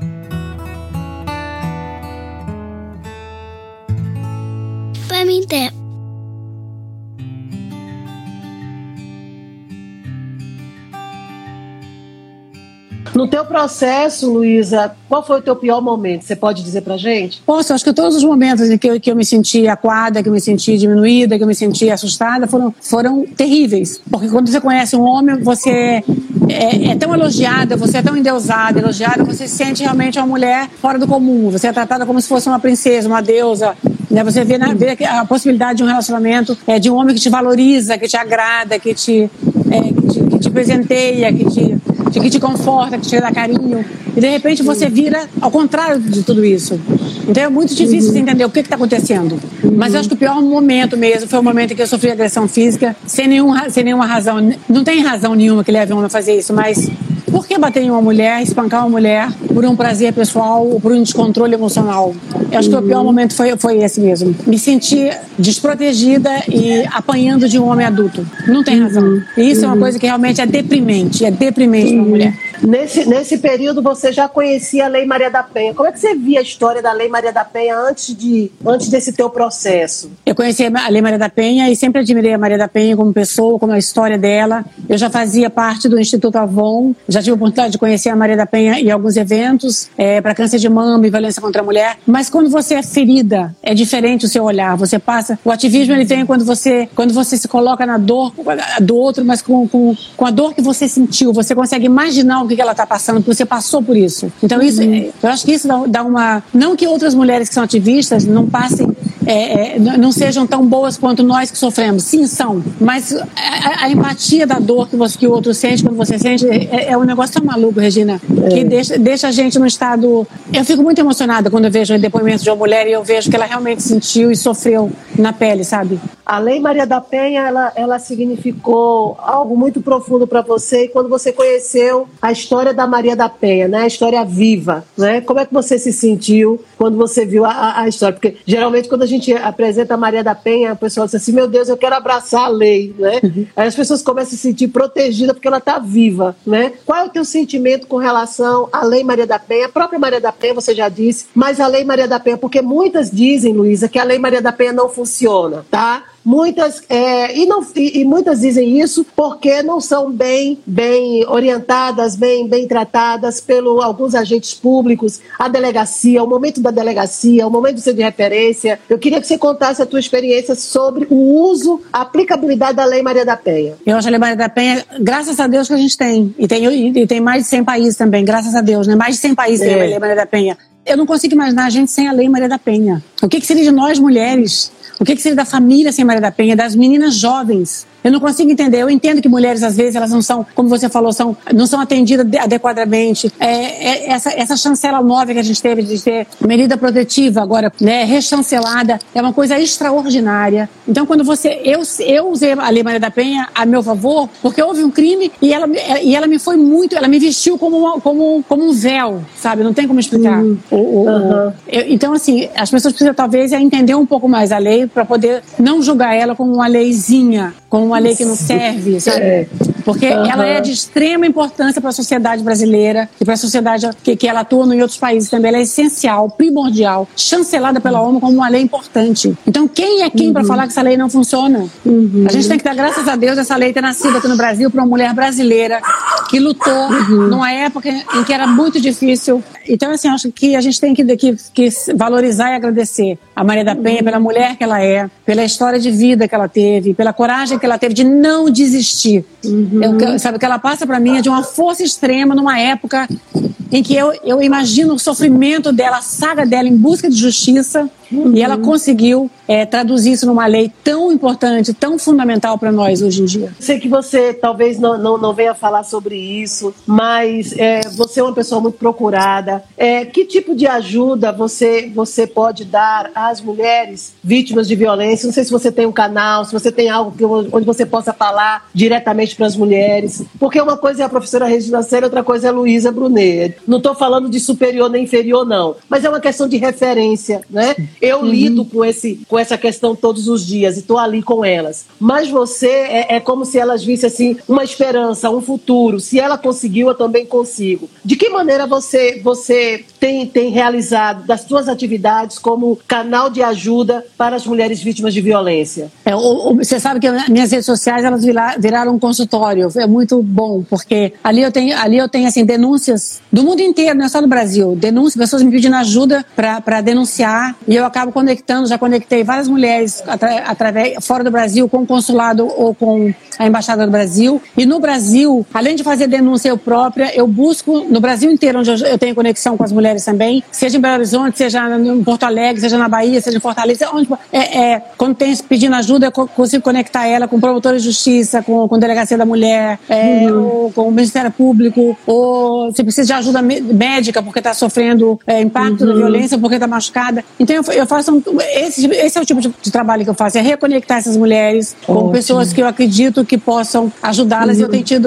Para mim, tem. No teu processo, Luísa, qual foi o teu pior momento? Você pode dizer pra gente? Posso, acho que todos os momentos em que eu, que eu me senti acuada, que eu me senti diminuída, que eu me senti assustada, foram, foram terríveis. Porque quando você conhece um homem, você é, é tão elogiada, você é tão endeusada, elogiada, você se sente realmente uma mulher fora do comum. Você é tratada como se fosse uma princesa, uma deusa. Né? Você vê, na, vê a possibilidade de um relacionamento, é, de um homem que te valoriza, que te agrada, que te, é, que te, que te presenteia, que te... que te conforta, que te dá carinho, e de repente você vira ao contrário de tudo isso. Então é muito difícil uhum. você entender o que está acontecendo. Uhum. Mas eu acho que o pior momento mesmo foi o momento em que eu sofri agressão física, sem, nenhum, sem nenhuma razão. Não tem razão nenhuma que leve um homem a fazer isso, mas por que bater em uma mulher, espancar uma mulher por um prazer pessoal ou por um descontrole emocional? Eu acho que o pior momento foi, foi esse mesmo. Me sentir desprotegida e apanhando de um homem adulto. Não tem razão. E isso é uma coisa que realmente é deprimente, é deprimente para uma mulher. Nesse, nesse período você já conhecia a Lei Maria da Penha. Como é que você via a história da Lei Maria da Penha antes, de, antes desse teu processo? Eu conheci a Lei Maria da Penha e sempre admirei a Maria da Penha como pessoa, como a história dela. Eu já fazia parte do Instituto Avon, já tive a oportunidade de conhecer a Maria da Penha em alguns eventos é, para câncer de mama e violência contra a mulher. Mas quando você é ferida, é diferente o seu olhar. Você passa... O ativismo ele vem quando você, quando você se coloca na dor do outro, mas com, com, com a dor que você sentiu. Você consegue imaginar o que ela está passando, porque você passou por isso. Então, isso, uhum. eu acho que isso dá, dá uma... Não que outras mulheres que são ativistas não passem, é, é, não sejam tão boas quanto nós que sofremos. Sim, são. Mas a, a empatia da dor que, você, que o outro sente, quando você sente, é, é um negócio tão maluco, Regina, é. que deixa, deixa a gente num estado... Eu fico muito emocionada quando eu vejo o depoimento de uma mulher e eu vejo que ela realmente sentiu e sofreu na pele, sabe? A Lei Maria da Penha, ela, ela significou algo muito profundo para você, e quando você conheceu a história da Maria da Penha, né? A história viva, né? Como é que você se sentiu quando você viu a, a história? Porque geralmente quando a gente apresenta a Maria da Penha, o pessoal diz assim, meu Deus, eu quero abraçar a lei, né? Uhum. Aí as pessoas começam a se sentir protegidas porque ela está viva, né? Qual é o teu sentimento com relação à Lei Maria da Penha? A própria Maria da Penha, você já disse, mas a Lei Maria da Penha, porque muitas dizem, Luísa, que a Lei Maria da Penha não funciona, tá? Muitas, é, e, não, e, e muitas dizem isso porque não são bem, bem orientadas, bem, bem tratadas por alguns agentes públicos, a delegacia, o momento da delegacia, o momento do seu de referência. Eu queria que você contasse a tua experiência sobre o uso, a aplicabilidade da Lei Maria da Penha. Eu acho a Lei Maria da Penha, graças a Deus que a gente tem, e tem, e tem mais de cem países também, graças a Deus, né? Mais de cem países é. tem a Lei Maria da Penha. Eu não consigo imaginar a gente sem a Lei Maria da Penha. O que, que seria de nós mulheres? O que, que seria da família sem Maria da Penha, das meninas jovens? Eu não consigo entender. Eu entendo que mulheres, às vezes, elas não são, como você falou, são, não são atendidas adequadamente. É, é, essa, essa chancela nova que a gente teve de ter medida protetiva agora, né, rechancelada, é uma coisa extraordinária. Então, quando você... Eu, eu usei a Lei Maria da Penha a meu favor, porque houve um crime e ela, e ela me foi muito... Ela me vestiu como, uma, como, como um véu, sabe? Não tem como explicar. Uhum. O, o, uhum. eu, então, assim, as pessoas precisam, talvez, entender um pouco mais a lei para poder não julgar ela como uma leizinha, como uma lei que não serve, sabe? Porque uhum. ela é de extrema importância para a sociedade brasileira e para a sociedade que, que ela atua em outros países também. Ela é essencial, primordial, chancelada pela ONU como uma lei importante. Então, quem é quem uhum. para falar que essa lei não funciona? Uhum. A gente tem que dar graças a Deus essa lei ter nascido aqui no Brasil para uma mulher brasileira que lutou uhum. numa época em que era muito difícil. Então, assim, acho que a gente tem que, que, que valorizar e agradecer a Maria da Penha uhum. pela mulher que ela é, pela história de vida que ela teve, pela coragem que ela teve de não desistir. Uhum. Eu, sabe, o que ela passa para mim é de uma força extrema numa época em que eu, eu imagino o sofrimento dela, a saga dela em busca de justiça, uhum. e ela conseguiu é, traduzir isso numa lei tão importante, tão fundamental para nós hoje em dia. Sei que você talvez não, não, não venha falar sobre isso, mas é, você é uma pessoa muito procurada. É, que tipo de ajuda você, você pode dar às mulheres vítimas de violência? Não sei se você tem um canal, se você tem algo que, onde você possa falar diretamente para as mulheres, porque uma coisa é a professora Regina Celi, outra coisa é a Luísa Brunet. Não estou falando de superior nem inferior, não, mas é uma questão de referência, né? Eu uhum. lido com, esse, com essa questão todos os dias e estou ali com elas. Mas você, é, é como se elas vissem assim, uma esperança, um futuro. Se ela conseguiu, eu também consigo. De que maneira você, você tem, tem realizado das suas atividades como canal de ajuda para as mulheres vítimas de violência? É, o, o, você sabe que minhas redes sociais elas viraram um consultório. É muito bom, porque ali eu tenho, ali eu tenho assim, denúncias do mundo inteiro, não é só do Brasil. Denúncias, pessoas me pedindo ajuda para denunciar. E eu acabo conectando, já conectei várias mulheres atra, através, fora do Brasil com o consulado ou com a Embaixada do Brasil. E no Brasil, além de fazer denúncia eu própria, eu busco no Brasil inteiro, onde eu, eu tenho conexão com as mulheres também, seja em Belo Horizonte, seja em Porto Alegre, seja na Bahia, seja em Fortaleza, onde, é, é, quando tem pedindo ajuda, eu consigo conectar ela com promotores de justiça, com, com delegacia da mulher, é, uhum. ou com o Ministério Público, ou se precisa de ajuda médica porque está sofrendo é, impacto uhum. da violência, porque está machucada. Então eu, eu faço um, esse, esse é o tipo de, de trabalho que eu faço, é reconectar essas mulheres com Ótimo. pessoas que eu acredito que possam ajudá-las. Uhum. E eu tenho tido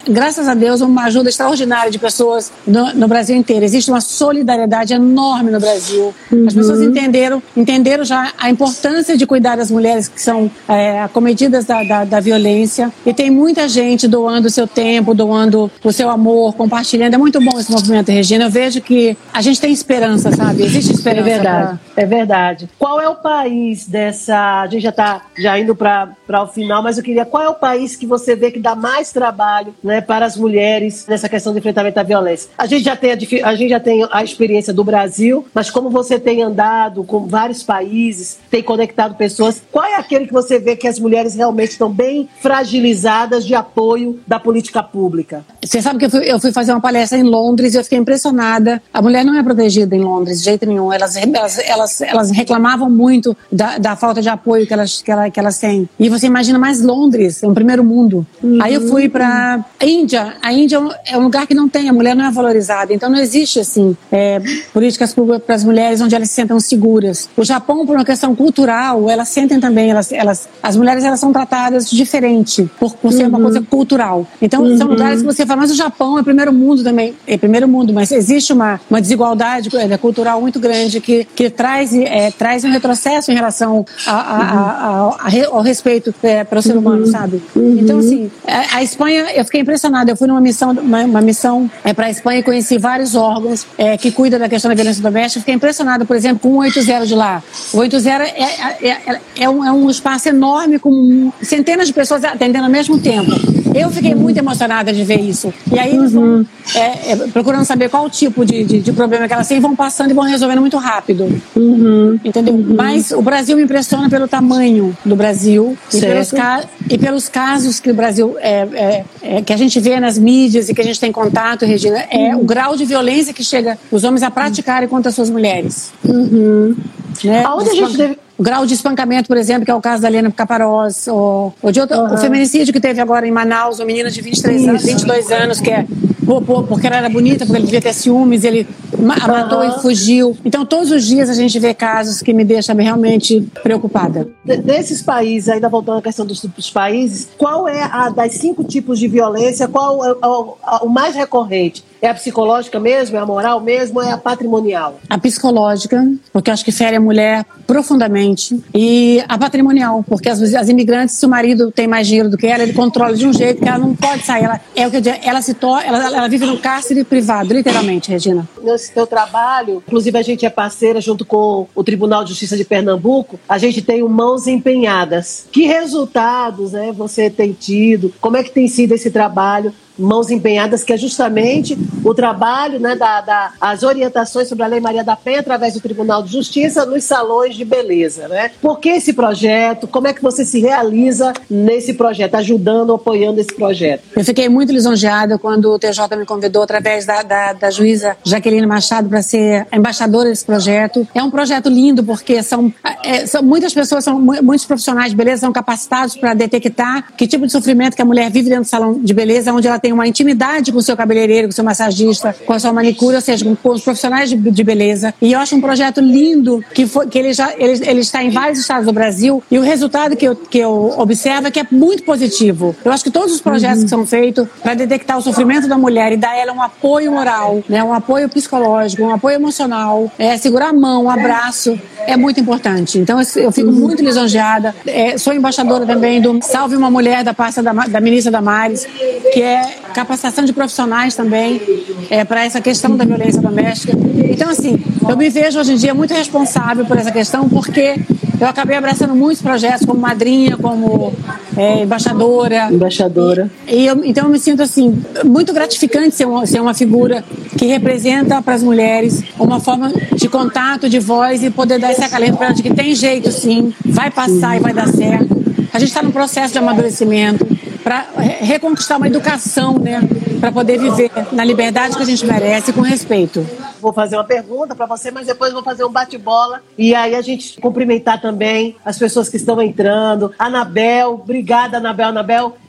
graças a Deus, uma ajuda extraordinária de pessoas no, no Brasil inteiro. Existe uma solidariedade enorme no Brasil. Uhum. As pessoas entenderam, entenderam já a importância de cuidar das mulheres que são é, acometidas da, da, da violência. E tem muita gente doando o seu tempo, doando o seu amor, compartilhando. É muito bom esse movimento, Regina. Eu vejo que a gente tem esperança, sabe? Existe esperança. É verdade, pra... é verdade. Qual é o país dessa... A gente já está já indo para o final, mas eu queria... Qual é o país que você vê que dá mais trabalho, né, para as mulheres nessa questão de enfrentamento à violência? A gente já tem a, a, gente já tem a experiência do Brasil, mas como você tem andado com vários países, tem conectado pessoas, qual é aquele que você vê que as mulheres realmente estão bem fragilizadas de apoio da política pública? Você sabe que eu fui, eu fui fazer uma palestra em Londres e eu fiquei impressionada. A mulher não é protegida em Londres de jeito nenhum. Elas, elas, elas, elas reclamavam muito da, da falta de apoio que elas, que, ela, que elas têm. E você imagina mais Londres, é um primeiro mundo. Uhum. Aí eu fui para a Índia. A Índia é um lugar que não tem, a mulher não é valorizada. Então não existe assim é, políticas públicas para as mulheres onde elas se sentam seguras. O Japão, por uma questão cultural, elas sentem também, elas, elas, as mulheres elas são tratadas diferente por, por ser uhum. uma coisa cultural. Então uhum. são lugares que você fala, mas o Japão é primeiro mundo também, é primeiro mundo, mas existe uma, uma desigualdade é, cultural muito grande que, que traz, é, traz um retrocesso em relação a, a, a, a, ao respeito é, para o ser humano, uhum. sabe? Uhum. Então, assim, a, a Espanha, eu fiquei impressionada. Eu fui numa missão, uma, uma missão é, para a Espanha e conheci vários órgãos é, que cuidam da questão da violência doméstica. Fiquei impressionada, por exemplo, com o oito zero de lá. O oito zero é, é, é, é, um, é um espaço enorme com centenas de pessoas atendendo ao mesmo tempo. Eu fiquei muito emocionada de ver isso. E aí eles vão é, é, procurando saber qual o tipo de, de, de problema que elas têm, vão passando e vão resolvendo muito rápido. Uhum. Entendeu? Uhum. Mas o Brasil me impressiona pelo tamanho do Brasil e pelos, ca- e pelos casos que o Brasil é, é, é, que a gente vê nas mídias e que a gente tem contato, Regina, é uhum. o grau de violência que chega os homens a praticarem contra as suas mulheres. Uhum. Né? Aonde a gente deve... O grau de espancamento, por exemplo, que é o caso da Helena Caparós, ou, ou de outro, uhum. o feminicídio que teve agora em Manaus, uma menina de vinte e três anos, vinte e dois anos, que é por, por, porque ela era bonita, porque ele devia ter ciúmes, ele a matou uhum. e fugiu. Então, todos os dias a gente vê casos que me deixam realmente preocupada. Desses países, ainda voltando à questão dos, dos países, qual é a das cinco tipos de violência, qual é o, o mais recorrente? É a psicológica mesmo? É a moral mesmo? Ou é a patrimonial? A psicológica, porque eu acho que fere a mulher profundamente. E a patrimonial, porque as, as imigrantes, se o marido tem mais dinheiro do que ela, ele controla de um jeito que ela não pode sair. Ela, é o que ela se torna, ela, ela vive num cárcere privado, literalmente, Regina. Nesse teu trabalho, inclusive a gente é parceira junto com o Tribunal de Justiça de Pernambuco, a gente tem o Mãos Empenhadas. Que resultados, né, você tem tido? Como é que tem sido esse trabalho? Mãos Empenhadas, que é justamente o trabalho, né, da, da, as orientações sobre a Lei Maria da Penha através do Tribunal de Justiça nos salões de beleza, né? Por que esse projeto? Como é que você se realiza nesse projeto, ajudando, apoiando esse projeto? Eu fiquei muito lisonjeada quando o T J me convidou através da, da, da juíza Jaqueline Machado para ser embaixadora desse projeto. É um projeto lindo porque são, é, são muitas pessoas, são muitos profissionais de beleza são capacitados para detectar que tipo de sofrimento que a mulher vive dentro do salão de beleza, onde ela tem tem uma intimidade com o seu cabeleireiro, com o seu massagista, com a sua manicure, ou seja, com os profissionais de, de beleza. E eu acho um projeto lindo, que, foi, que ele, já, ele, ele está em vários estados do Brasil, e o resultado que eu, que eu observo é que é muito positivo. Eu acho que todos os projetos uhum. que são feitos para detectar o sofrimento da mulher e dar a ela um apoio moral, né, um apoio psicológico, um apoio emocional, é, segurar a mão, um abraço, é muito importante. Então eu, eu fico uhum. muito lisonjeada. É, sou embaixadora também do Salve uma Mulher, da pasta da, da ministra Damares, que é capacitação de profissionais também é, para essa questão da violência doméstica. Então, assim, eu me vejo hoje em dia muito responsável por essa questão, porque eu acabei abraçando muitos projetos como madrinha, como é, embaixadora. Embaixadora. E, e eu, então eu me sinto, assim, muito gratificante ser uma, ser uma figura que representa para as mulheres uma forma de contato, de voz, e poder dar esse acalento para elas de que tem jeito, sim, vai passar sim. e vai dar certo. A gente está num processo de amadurecimento para reconquistar uma educação, né, para poder viver na liberdade que a gente merece, com respeito. Vou fazer uma pergunta para você, mas depois vou fazer um bate-bola e aí a gente cumprimentar também as pessoas que estão entrando. Anabel, obrigada, Anabel. Anabel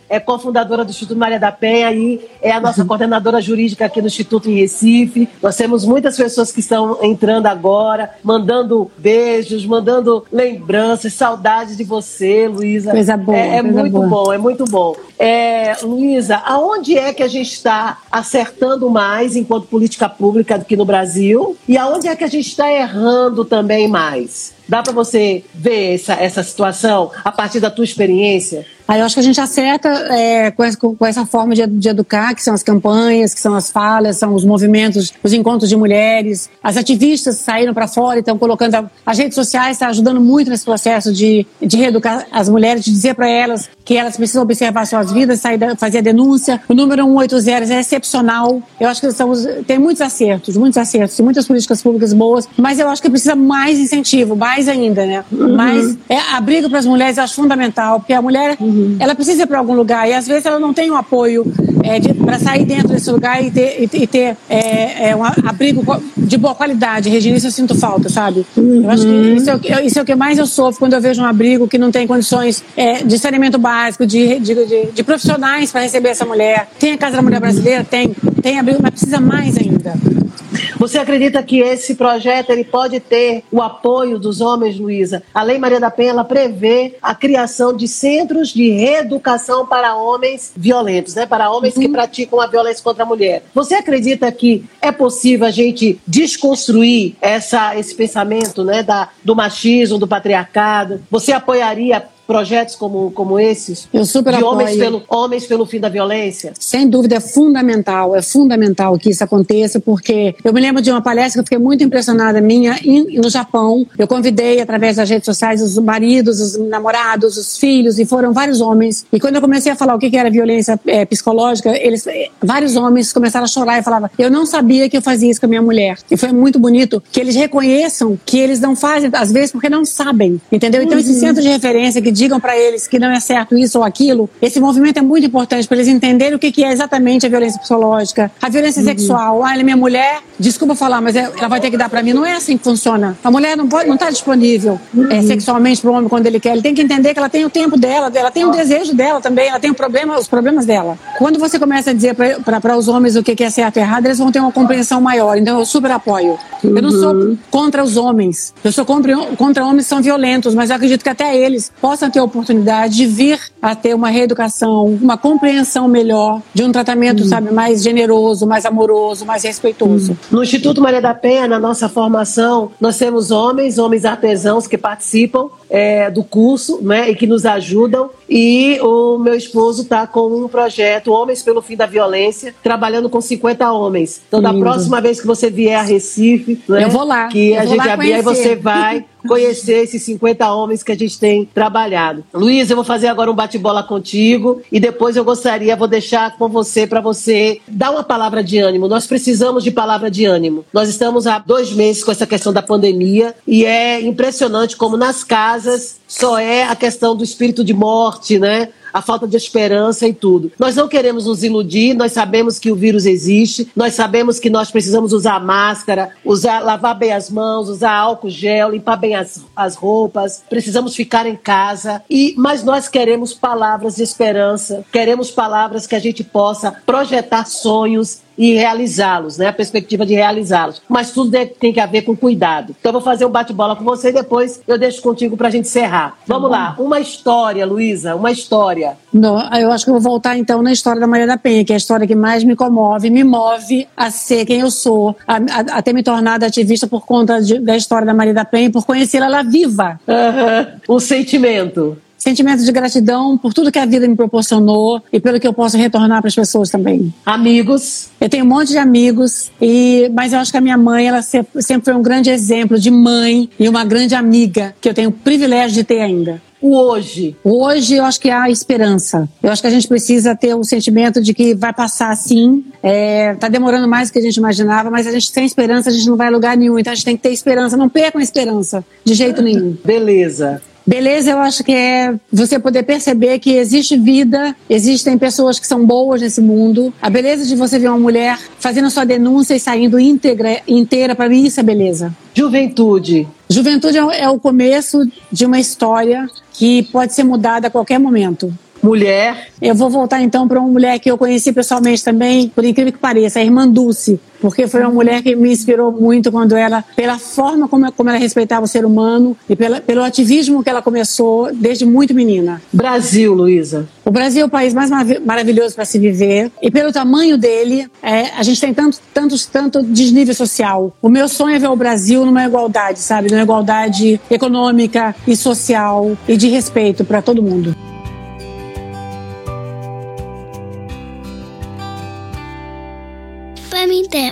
é cofundadora do Instituto Maria da Penha e é a nossa coordenadora jurídica aqui no Instituto em Recife. Nós temos muitas pessoas que estão entrando agora, mandando beijos, mandando lembranças, saudades de você, Luísa. Coisa boa. É, é coisa muito boa. bom, é muito bom. É, Luísa, aonde é que a gente está acertando mais enquanto política pública aqui no Brasil e aonde é que a gente está errando também mais? Dá para você ver essa, essa situação a partir da tua experiência? Aí eu acho que a gente acerta é, com, essa, com essa forma de, de educar, que são as campanhas, que são as falas, são os movimentos, os encontros de mulheres. As ativistas saíram para fora e estão colocando... A, as redes sociais estão ajudando muito nesse processo de, de reeducar as mulheres, de dizer para elas que elas precisam observar suas vidas, sair da, fazer a denúncia. O número cento e oitenta é excepcional. Eu acho que estamos, tem muitos acertos, muitos acertos, tem muitas políticas públicas boas, mas eu acho que precisa mais incentivo, mais ainda, né? Uhum. Mas é, a briga para as mulheres eu acho fundamental, porque a mulher... Uhum. Ela precisa ir para algum lugar e às vezes ela não tem um apoio é, para sair dentro desse lugar e ter, e, e ter é, é, um abrigo de boa qualidade. Regina, isso eu sinto falta, sabe? Uhum. Eu acho que isso é, isso é o que mais eu sofro quando eu vejo um abrigo que não tem condições é, de saneamento básico, de, de, de, de profissionais para receber essa mulher. Tem a Casa da Mulher Brasileira? Tem. Tem abrigo, mas precisa mais ainda. Você acredita que esse projeto ele pode ter o apoio dos homens, Luísa? A Lei Maria da Penha ela prevê a criação de centros de reeducação para homens violentos, né? Para homens uhum. que praticam a violência contra a mulher. Você acredita que é possível a gente desconstruir essa, esse pensamento, né, da, do machismo, do patriarcado? Você apoiaria projetos como, como esses? Eu super de apoio. Homens pelo, homens pelo fim da violência? Sem dúvida, é fundamental, é fundamental que isso aconteça, porque eu me lembro de uma palestra que eu fiquei muito impressionada minha in, no Japão. Eu convidei, através das redes sociais, os maridos, os namorados, os filhos, e foram vários homens. E quando eu comecei a falar o que era violência é, psicológica, eles, vários homens começaram a chorar e falavam, eu não sabia que eu fazia isso com a minha mulher. E foi muito bonito que eles reconheçam que eles não fazem, às vezes, porque não sabem, entendeu? Então, uhum. esse centro de referência que digam para eles que não é certo isso ou aquilo, esse movimento é muito importante para eles entenderem o que, que é exatamente a violência psicológica, a violência uhum. sexual. Ah, ela é minha mulher, desculpa falar, mas ela vai ter que dar para mim. Não é assim que funciona. A mulher não pode, não está disponível uhum. é, sexualmente para o homem quando ele quer. Ele tem que entender que ela tem o tempo dela, ela tem o desejo dela também, ela tem o problema, os problemas dela. Quando você começa a dizer para os homens o que, que é certo e errado, eles vão ter uma compreensão maior. Então eu super apoio. Uhum. Eu não sou contra os homens, eu sou contra, contra homens que são violentos, mas eu acredito que até eles possam ter oportunidade de vir a ter uma reeducação, uma compreensão melhor de um tratamento, uhum. sabe, mais generoso, mais amoroso, mais respeitoso. Uhum. No Instituto Maria da Penha, na nossa formação, nós temos homens, homens artesãos que participam é, do curso, né, e que nos ajudam, e o meu esposo está com um projeto, Homens pelo Fim da Violência, trabalhando com cinquenta homens. Então, da Lindo. próxima vez que você vier a Recife, né, eu vou lá, que eu a vou gente lá abrir, aí você vai conhecer esses cinquenta homens que a gente tem trabalhado. Luísa, eu vou fazer agora um bate-bola contigo e depois eu gostaria, vou deixar com você para você dar uma palavra de ânimo. Nós precisamos de palavra de ânimo. Nós estamos há dois meses com essa questão da pandemia e é impressionante como nas casas só é a questão do espírito de morte, né? A falta de esperança e tudo. Nós não queremos nos iludir, nós sabemos que o vírus existe, nós sabemos que nós precisamos usar máscara, usar, lavar bem as mãos, usar álcool gel, limpar bem as, as roupas, precisamos ficar em casa, e, mas nós queremos palavras de esperança, queremos palavras que a gente possa projetar sonhos e realizá-los, né? A perspectiva de realizá-los. Mas tudo tem que haver com cuidado. Então eu vou fazer um bate-bola com você e depois eu deixo contigo pra gente encerrar. Vamos lá. Uma história, Luísa, uma história. Não, eu acho que eu vou voltar então na história da Maria da Penha, que é a história que mais me comove, me move a ser quem eu sou, a, a, a ter me tornado ativista por conta de, da história da Maria da Penha, por conhecê-la ela viva. Uhum. Um sentimento. Sentimento de gratidão por tudo que a vida me proporcionou e pelo que eu posso retornar para as pessoas também. Amigos? Eu tenho um monte de amigos, e, mas eu acho que a minha mãe ela sempre foi um grande exemplo de mãe e uma grande amiga que eu tenho o privilégio de ter ainda. O hoje? Hoje eu acho que há esperança. Eu acho que a gente precisa ter o sentimento de que vai passar sim. É, tá demorando mais do que a gente imaginava, mas a gente sem esperança a gente não vai a lugar nenhum. Então a gente tem que ter esperança. Não percam a esperança de jeito nenhum. Beleza. Beleza, eu acho que é você poder perceber que existe vida, existem pessoas que são boas nesse mundo. A beleza de você ver uma mulher fazendo a sua denúncia e saindo íntegra, inteira, para mim isso é beleza. Juventude. Juventude é o começo de uma história que pode ser mudada a qualquer momento. mulher. Eu vou voltar então para uma mulher que eu conheci pessoalmente também, por incrível que pareça, a irmã Dulce, porque foi uma mulher que me inspirou muito quando ela, pela forma como, como ela respeitava o ser humano e pela, pelo ativismo que ela começou desde muito menina. Brasil, Luísa. O Brasil é o país mais maravilhoso para se viver e pelo tamanho dele, é, a gente tem tanto, tanto, tanto desnível social. O meu sonho é ver o Brasil numa igualdade, sabe? Numa igualdade econômica e social e de respeito para todo mundo. Pamité.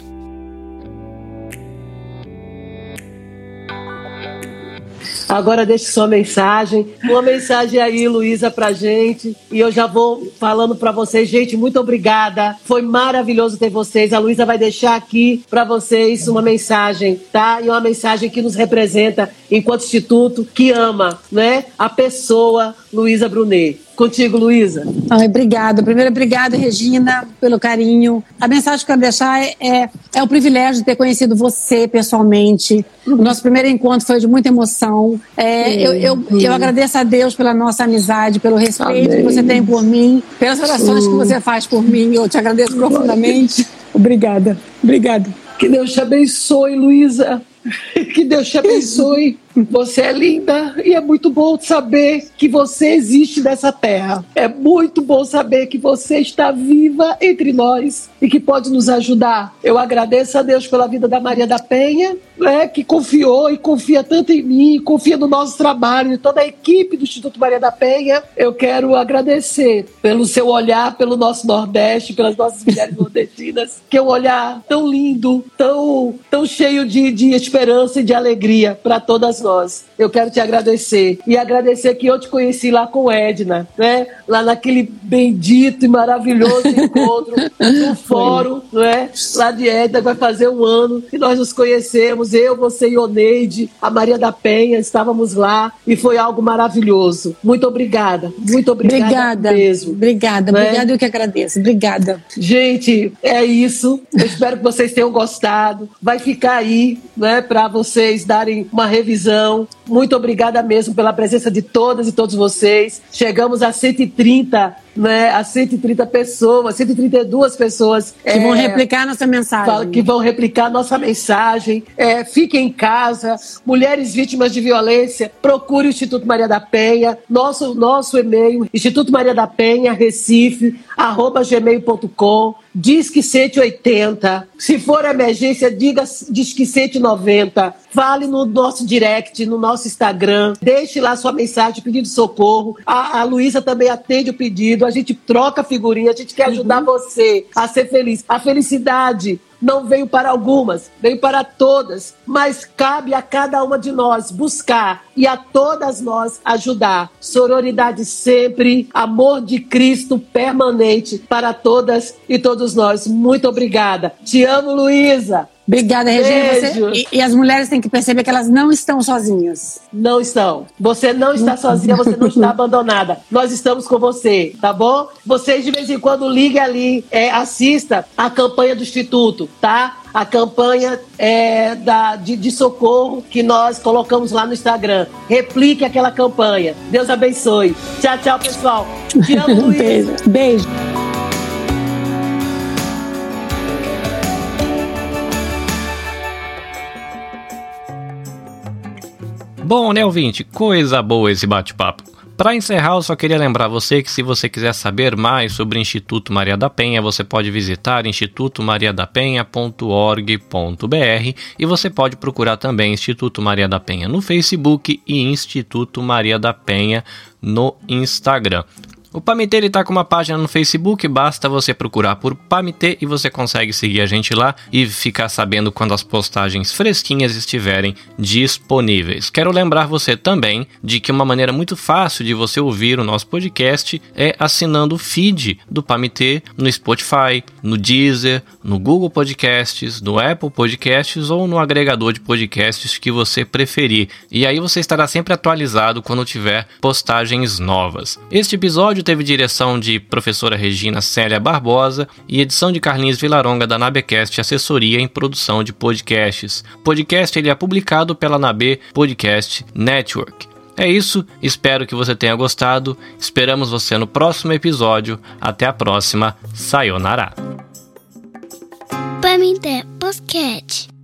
Agora deixe sua mensagem, uma mensagem aí, Luísa, pra gente, e eu já vou falando pra vocês, gente, muito obrigada, foi maravilhoso ter vocês, a Luísa vai deixar aqui pra vocês uma mensagem, tá? E uma mensagem que nos representa enquanto instituto, que ama, né, a pessoa Luísa Brunet. Contigo, Luísa. Ai, obrigada. Primeiro, obrigada, Regina, pelo carinho. A mensagem que eu quero deixar é, é, é o privilégio de ter conhecido você pessoalmente. O nosso primeiro encontro foi de muita emoção. É, eu, eu, eu agradeço a Deus pela nossa amizade, pelo respeito Amém. Que você tem por mim, pelas orações que você faz por mim. Eu te agradeço profundamente. Obrigada. Obrigada. Que Deus te abençoe, Luísa. Que Deus te abençoe. Você é linda e é muito bom saber que você existe nessa terra. É muito bom saber que você está viva entre nós e que pode nos ajudar. Eu agradeço a Deus pela vida da Maria da Penha, né, que confiou e confia tanto em mim, confia no nosso trabalho, em toda a equipe do Instituto Maria da Penha. Eu quero agradecer pelo seu olhar, pelo nosso Nordeste, pelas nossas mulheres nordestinas, que é um olhar tão lindo, tão, tão cheio de, de esperança e de alegria para todas nós. Nós. Eu quero te agradecer e agradecer que eu te conheci lá com Edna, né? Lá naquele bendito e maravilhoso encontro no fórum, né? Lá de Edna, vai fazer um ano que nós nos conhecemos, eu, você e Oneide, a Maria da Penha, estávamos lá e foi algo maravilhoso. Muito obrigada, muito obrigada, obrigada mesmo. Obrigada, né? Obrigada, eu que agradeço, obrigada. Gente, é isso, eu espero que vocês tenham gostado, vai ficar aí, né, para vocês darem uma revisão. Muito obrigada mesmo pela presença de todas e todos vocês. Chegamos a cento e trinta, né, a cento e trinta pessoas, cento e trinta e duas pessoas que é, vão replicar nossa mensagem. Que vão replicar nossa mensagem. É, fiquem em casa. Mulheres vítimas de violência, procure o Instituto Maria da Penha. Nosso, nosso e-mail, Instituto Maria da Penha, Recife, arroba gmail ponto com. Disque cento e oitenta. Se for emergência, diga Disque cento e noventa. Fale no nosso direct, no nosso Instagram. Deixe lá sua mensagem pedindo socorro. A, a Luísa também atende o pedido. A gente troca figurinha. A gente quer ajudar uhum. você a ser feliz. A felicidade não veio para algumas, veio para todas, mas cabe a cada uma de nós buscar e a todas nós ajudar. Sororidade sempre, amor de Cristo permanente para todas e todos nós. Muito obrigada. Te amo, Luísa. Obrigada, Regina. Você, e, e as mulheres têm que perceber que elas não estão sozinhas. Não estão. Você não está sozinha, você não está abandonada. Nós estamos com você, tá bom? Vocês de vez em quando liguem ali, é, assista a campanha do Instituto, tá? A campanha é, da, de, de socorro que nós colocamos lá no Instagram. Replique aquela campanha. Deus abençoe. Tchau, tchau, pessoal. Te amo, Luísa. Beijo. Beijo. Bom, né, ouvinte? Coisa boa esse bate-papo. Para encerrar, eu só queria lembrar você que se você quiser saber mais sobre o Instituto Maria da Penha, você pode visitar instituto maria da penha ponto org ponto br e você pode procurar também Instituto Maria da Penha no Facebook e Instituto Maria da Penha no Instagram. O Pamité está com uma página no Facebook, basta você procurar por Pamité e você consegue seguir a gente lá e ficar sabendo quando as postagens fresquinhas estiverem disponíveis. Quero lembrar você também de que uma maneira muito fácil de você ouvir o nosso podcast é assinando o feed do Pamité no Spotify, no Deezer, no Google Podcasts, no Apple Podcasts ou no agregador de podcasts que você preferir. E aí você estará sempre atualizado quando tiver postagens novas. Este episódio teve direção de professora Regina Célia Barbosa e edição de Carlinhos Vilaronga da Nabecast, assessoria em produção de podcasts. O podcast ele é publicado pela Nabe Podcast Network. É isso, espero que você tenha gostado. Esperamos você no próximo episódio. Até a próxima. Sayonara. Pamité Podcast.